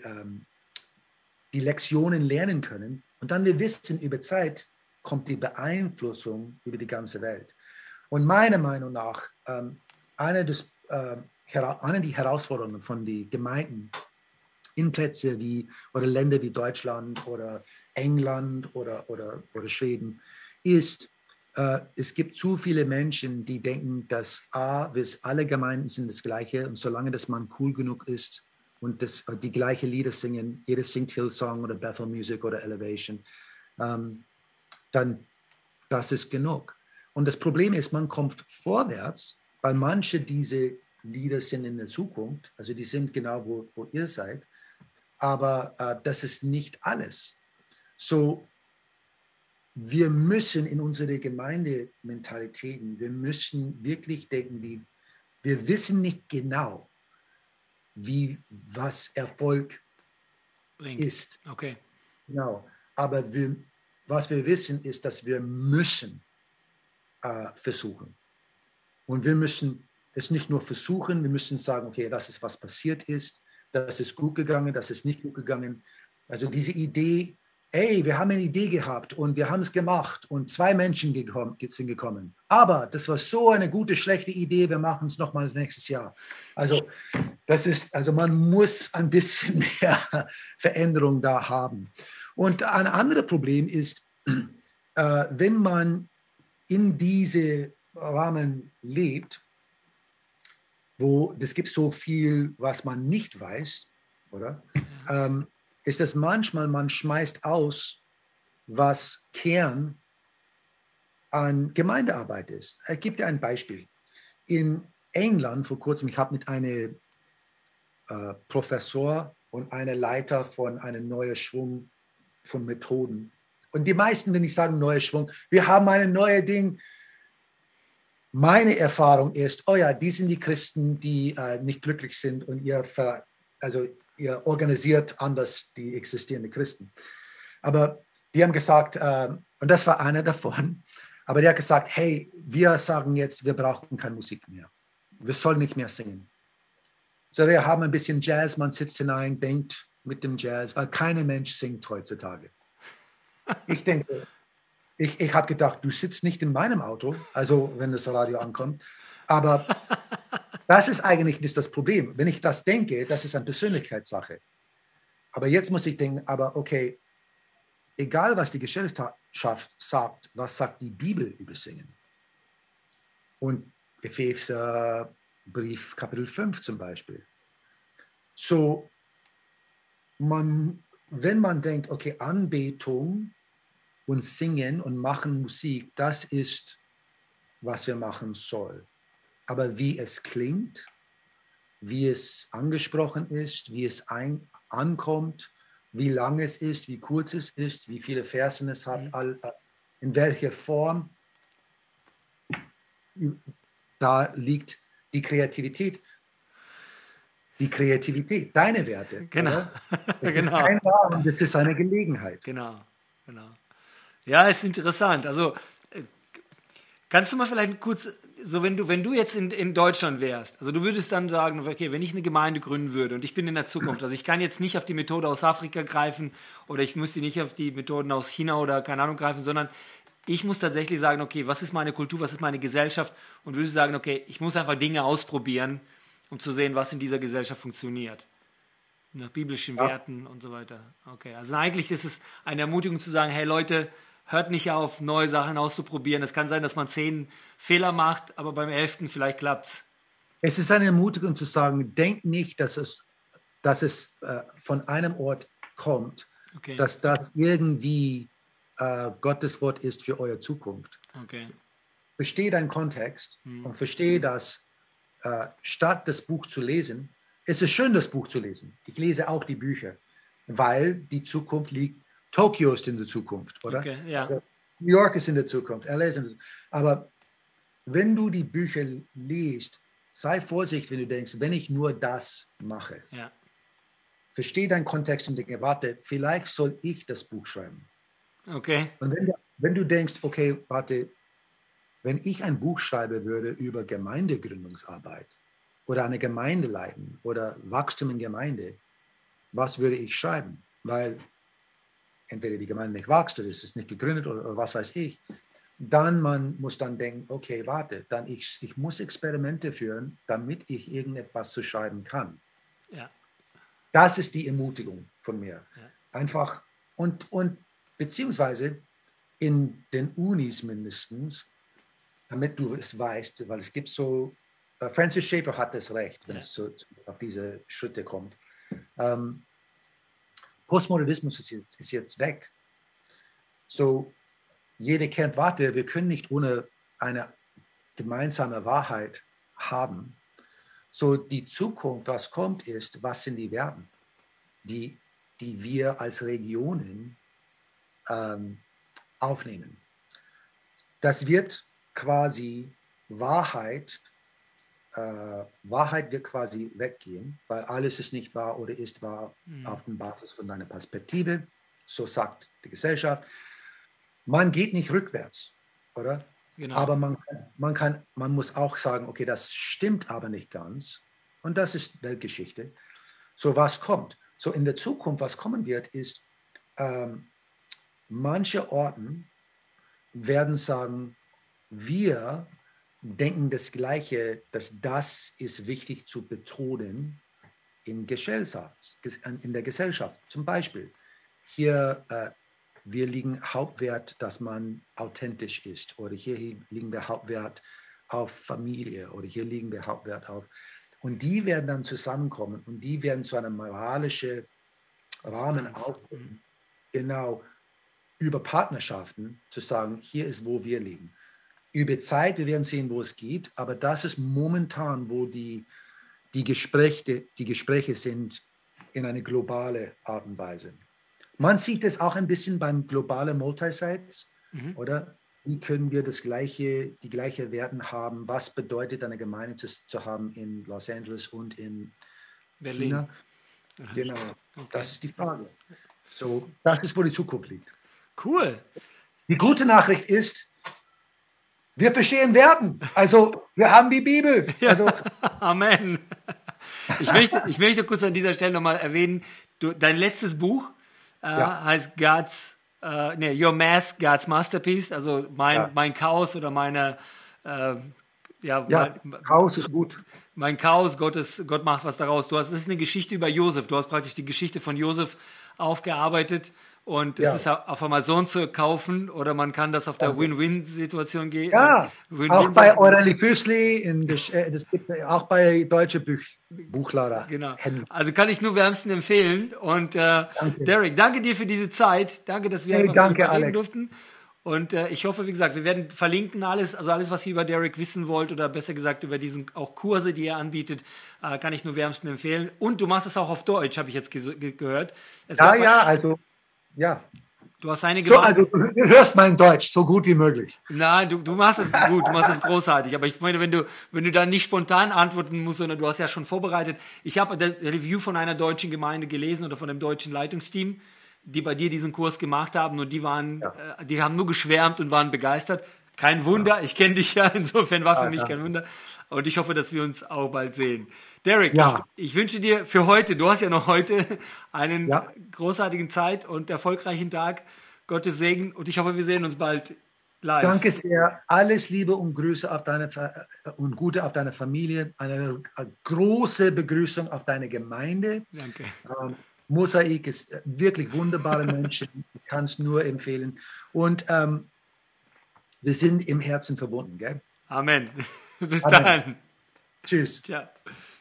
Lektionen lernen können. Und dann wir wissen, über Zeit kommt die Beeinflussung über die ganze Welt. Und meiner Meinung nach, eine der Herausforderungen von den Gemeinden in Plätze oder Länder wie Deutschland oder England oder Schweden ist, es gibt zu viele Menschen, die denken, dass alle Gemeinden sind das Gleiche und solange das man cool genug ist und die gleichen Lieder singen, jeder singt Hillsong oder Bethel Music oder Elevation, dann das ist genug. Und das Problem ist, man kommt vorwärts, weil manche diese Lieder sind in der Zukunft, also die sind genau, wo ihr seid, aber das ist nicht alles. So, wir müssen in unsere Gemeindementalitäten, wir müssen wirklich denken, wir wissen nicht genau, was Erfolg ist. Okay. Genau. Aber was wir wissen, ist, dass wir müssen versuchen. Und wir müssen es nicht nur versuchen, wir müssen sagen, okay, das ist, was passiert ist, das ist gut gegangen, das ist nicht gut gegangen. Also diese Idee, ey, wir haben eine Idee gehabt und wir haben es gemacht und 2 Menschen sind gekommen. Aber das war so eine gute, schlechte Idee, wir machen es nochmal nächstes Jahr. Also man muss ein bisschen mehr Veränderung da haben. Und ein anderes Problem ist, wenn man in diese Rahmen lebt, wo es gibt so viel, was man nicht weiß, oder? Ist das manchmal, man schmeißt aus, was Kern an Gemeindearbeit ist. Ich gebe dir ein Beispiel. In England vor kurzem, ich habe mit einem Professor und einem Leiter von einem neuen Schwung von Methoden. Und die meisten, wenn ich sage neuer Schwung, wir haben eine neue Ding. Meine Erfahrung ist, oh ja, die sind die Christen, die nicht glücklich sind und ihr organisiert anders die existierenden Christen. Aber die haben gesagt, und das war einer davon, aber der hat gesagt, hey, wir sagen jetzt, wir brauchen keine Musik mehr. Wir sollen nicht mehr singen. So, wir haben ein bisschen Jazz, man sitzt hinein, denkt mit dem Jazz, weil kein Mensch singt heutzutage. Ich denke, ich habe gedacht, du sitzt nicht in meinem Auto, also wenn das Radio ankommt, aber das ist eigentlich nicht das Problem. Wenn ich das denke, das ist eine Persönlichkeitssache. Aber jetzt muss ich denken, aber okay, egal was die Gesellschaft sagt, was sagt die Bibel über Singen? Und Epheserbrief Kapitel 5 zum Beispiel. So, wenn man denkt, okay, Anbetung und Singen und machen Musik, das ist, was wir machen sollen. Aber wie es klingt, wie es angesprochen ist, wie es ankommt, wie lang es ist, wie kurz es ist, wie viele Versen es hat, in welcher Form, da liegt die Kreativität. Die Kreativität, deine Werte. Genau. Das genau. ist kein Rahmen, das ist eine Gelegenheit. Genau. genau. Ja, ist interessant. Also kannst du mal vielleicht kurz, so wenn du jetzt in Deutschland wärst, also du würdest dann sagen, okay, wenn ich eine Gemeinde gründen würde und ich bin in der Zukunft, also ich kann jetzt nicht auf die Methode aus Afrika greifen oder ich müsste nicht auf die Methoden aus China oder keine Ahnung greifen, sondern ich muss tatsächlich sagen, okay, was ist meine Kultur, was ist meine Gesellschaft und würde sagen, okay, ich muss einfach Dinge ausprobieren, um zu sehen, was in dieser Gesellschaft funktioniert. Nach biblischen Werten und so weiter. Okay, also eigentlich ist es eine Ermutigung zu sagen, hey Leute, hört nicht auf, neue Sachen auszuprobieren. Es kann sein, dass man 10 Fehler macht, aber beim 11. vielleicht klappt's. Es ist eine Ermutigung zu sagen, denkt nicht, dass es von einem Ort kommt, Okay. dass das irgendwie Gottes Wort ist für eure Zukunft. Okay. Verstehe deinen Kontext und verstehe, dass statt das Buch zu lesen, es ist schön, das Buch zu lesen. Ich lese auch die Bücher, weil die Zukunft liegt. Tokio ist in der Zukunft, oder? Okay, ja. Also New York ist in der Zukunft, LA ist in der Zukunft. Aber wenn du die Bücher liest, sei vorsichtig, wenn du denkst, wenn ich nur das mache. Ja. Verstehe deinen Kontext und denke, warte, vielleicht soll ich das Buch schreiben. Okay. Und wenn du denkst, okay, warte, wenn ich ein Buch schreiben würde über Gemeindegründungsarbeit oder eine Gemeinde leiten oder Wachstum in Gemeinde, was würde ich schreiben? Weil entweder die Gemeinde nicht wächst oder es ist nicht gegründet oder was weiß ich. Dann man muss dann denken, okay, warte, dann ich muss Experimente führen, damit ich irgendetwas zu schreiben kann. Ja. Das ist die Ermutigung von mir. Ja. Einfach und beziehungsweise in den Unis mindestens, damit du es weißt, weil es gibt so, Francis Schaeffer hat das Recht, wenn es auf diese Schritte kommt. Postmodernismus ist jetzt weg. So, jeder kennt, warte, wir können nicht ohne eine gemeinsame Wahrheit haben. So, die Zukunft, was kommt, ist, was sind die Werte, die wir als Regionen aufnehmen. Das wird quasi Wahrheit wird quasi weggehen, weil alles ist nicht wahr oder ist wahr auf der Basis von deiner Perspektive. So sagt die Gesellschaft. Man geht nicht rückwärts, oder? Genau. Aber man muss auch sagen, okay, das stimmt aber nicht ganz. Und das ist Weltgeschichte. So, was kommt? So, in der Zukunft, was kommen wird, ist, manche Orten werden sagen, wir denken das Gleiche, dass das ist wichtig zu betonen in der Gesellschaft. Zum Beispiel, hier, wir legen Hauptwert, dass man authentisch ist. Oder hier legen wir Hauptwert auf Familie. Oder hier legen wir Hauptwert auf. Und die werden dann zusammenkommen und die werden zu einem moralischen Rahmen aufbauen. Genau, über Partnerschaften zu sagen, hier ist, wo wir liegen. Über Zeit, wir werden sehen, wo es geht, aber das ist momentan, wo die Gespräche sind in eine globale Art und Weise. Man sieht es auch ein bisschen beim globalen Multisites, oder? Wie können wir die gleichen Werte haben? Was bedeutet eine Gemeinde zu haben in Los Angeles und in Berlin. China? Genau, Okay. Das ist die Frage. So, das ist, wo die Zukunft liegt. Cool. Die gute Nachricht ist, wir verstehen Werten. Also, wir haben die Bibel. Also, Amen. Ich möchte kurz an dieser Stelle nochmal erwähnen, dein letztes Buch heißt Your Mask, God's Masterpiece, also mein Chaos oder meine, Chaos ist gut. Mein Chaos, Gott macht was daraus. Das ist eine Geschichte über Josef. Du hast praktisch die Geschichte von Josef aufgearbeitet und es ist auf Amazon zu kaufen oder man kann das auf der Win-Win-Situation gehen. Ja, auch bei Aureli Füßli, das gibt es auch bei deutschen Buchlader. Genau, also kann ich nur wärmsten empfehlen und Derek, danke dir für diese Zeit. Danke, dass wir reden durften. Und ich hoffe, wie gesagt, wir werden verlinken alles, was ihr über Derek wissen wollt oder besser gesagt über diesen auch Kurse, die er anbietet, kann ich nur wärmsten empfehlen. Und du machst es auch auf Deutsch, habe ich jetzt gehört. Du hast eine Gemeinde. So, also du hörst mein Deutsch so gut wie möglich. Nein, du machst es gut, du machst es großartig. Aber ich meine, wenn du dann nicht spontan antworten musst, sondern du hast ja schon vorbereitet. Ich habe das Review von einer deutschen Gemeinde gelesen oder von einem deutschen Leitungsteam. die bei dir diesen Kurs gemacht haben und die waren, Ja. die haben nur geschwärmt und waren begeistert. Kein Wunder, ich kenne dich ja, insofern war für mich kein Wunder. Und ich hoffe, dass wir uns auch bald sehen. Derek, Ja. ich wünsche dir für heute, du hast ja noch heute einen Ja. großartigen Zeit und erfolgreichen Tag. Gottes Segen und ich hoffe, wir sehen uns bald live. Danke sehr. Alles Liebe und Grüße auf und Gute auf deine Familie. Eine große Begrüßung auf deine Gemeinde. Danke. Mosaik ist wirklich wunderbare Menschen. Ich kann es nur empfehlen. Und wir sind im Herzen verbunden. Gell? Amen. Bis Amen. dann. Tschüss. Ciao.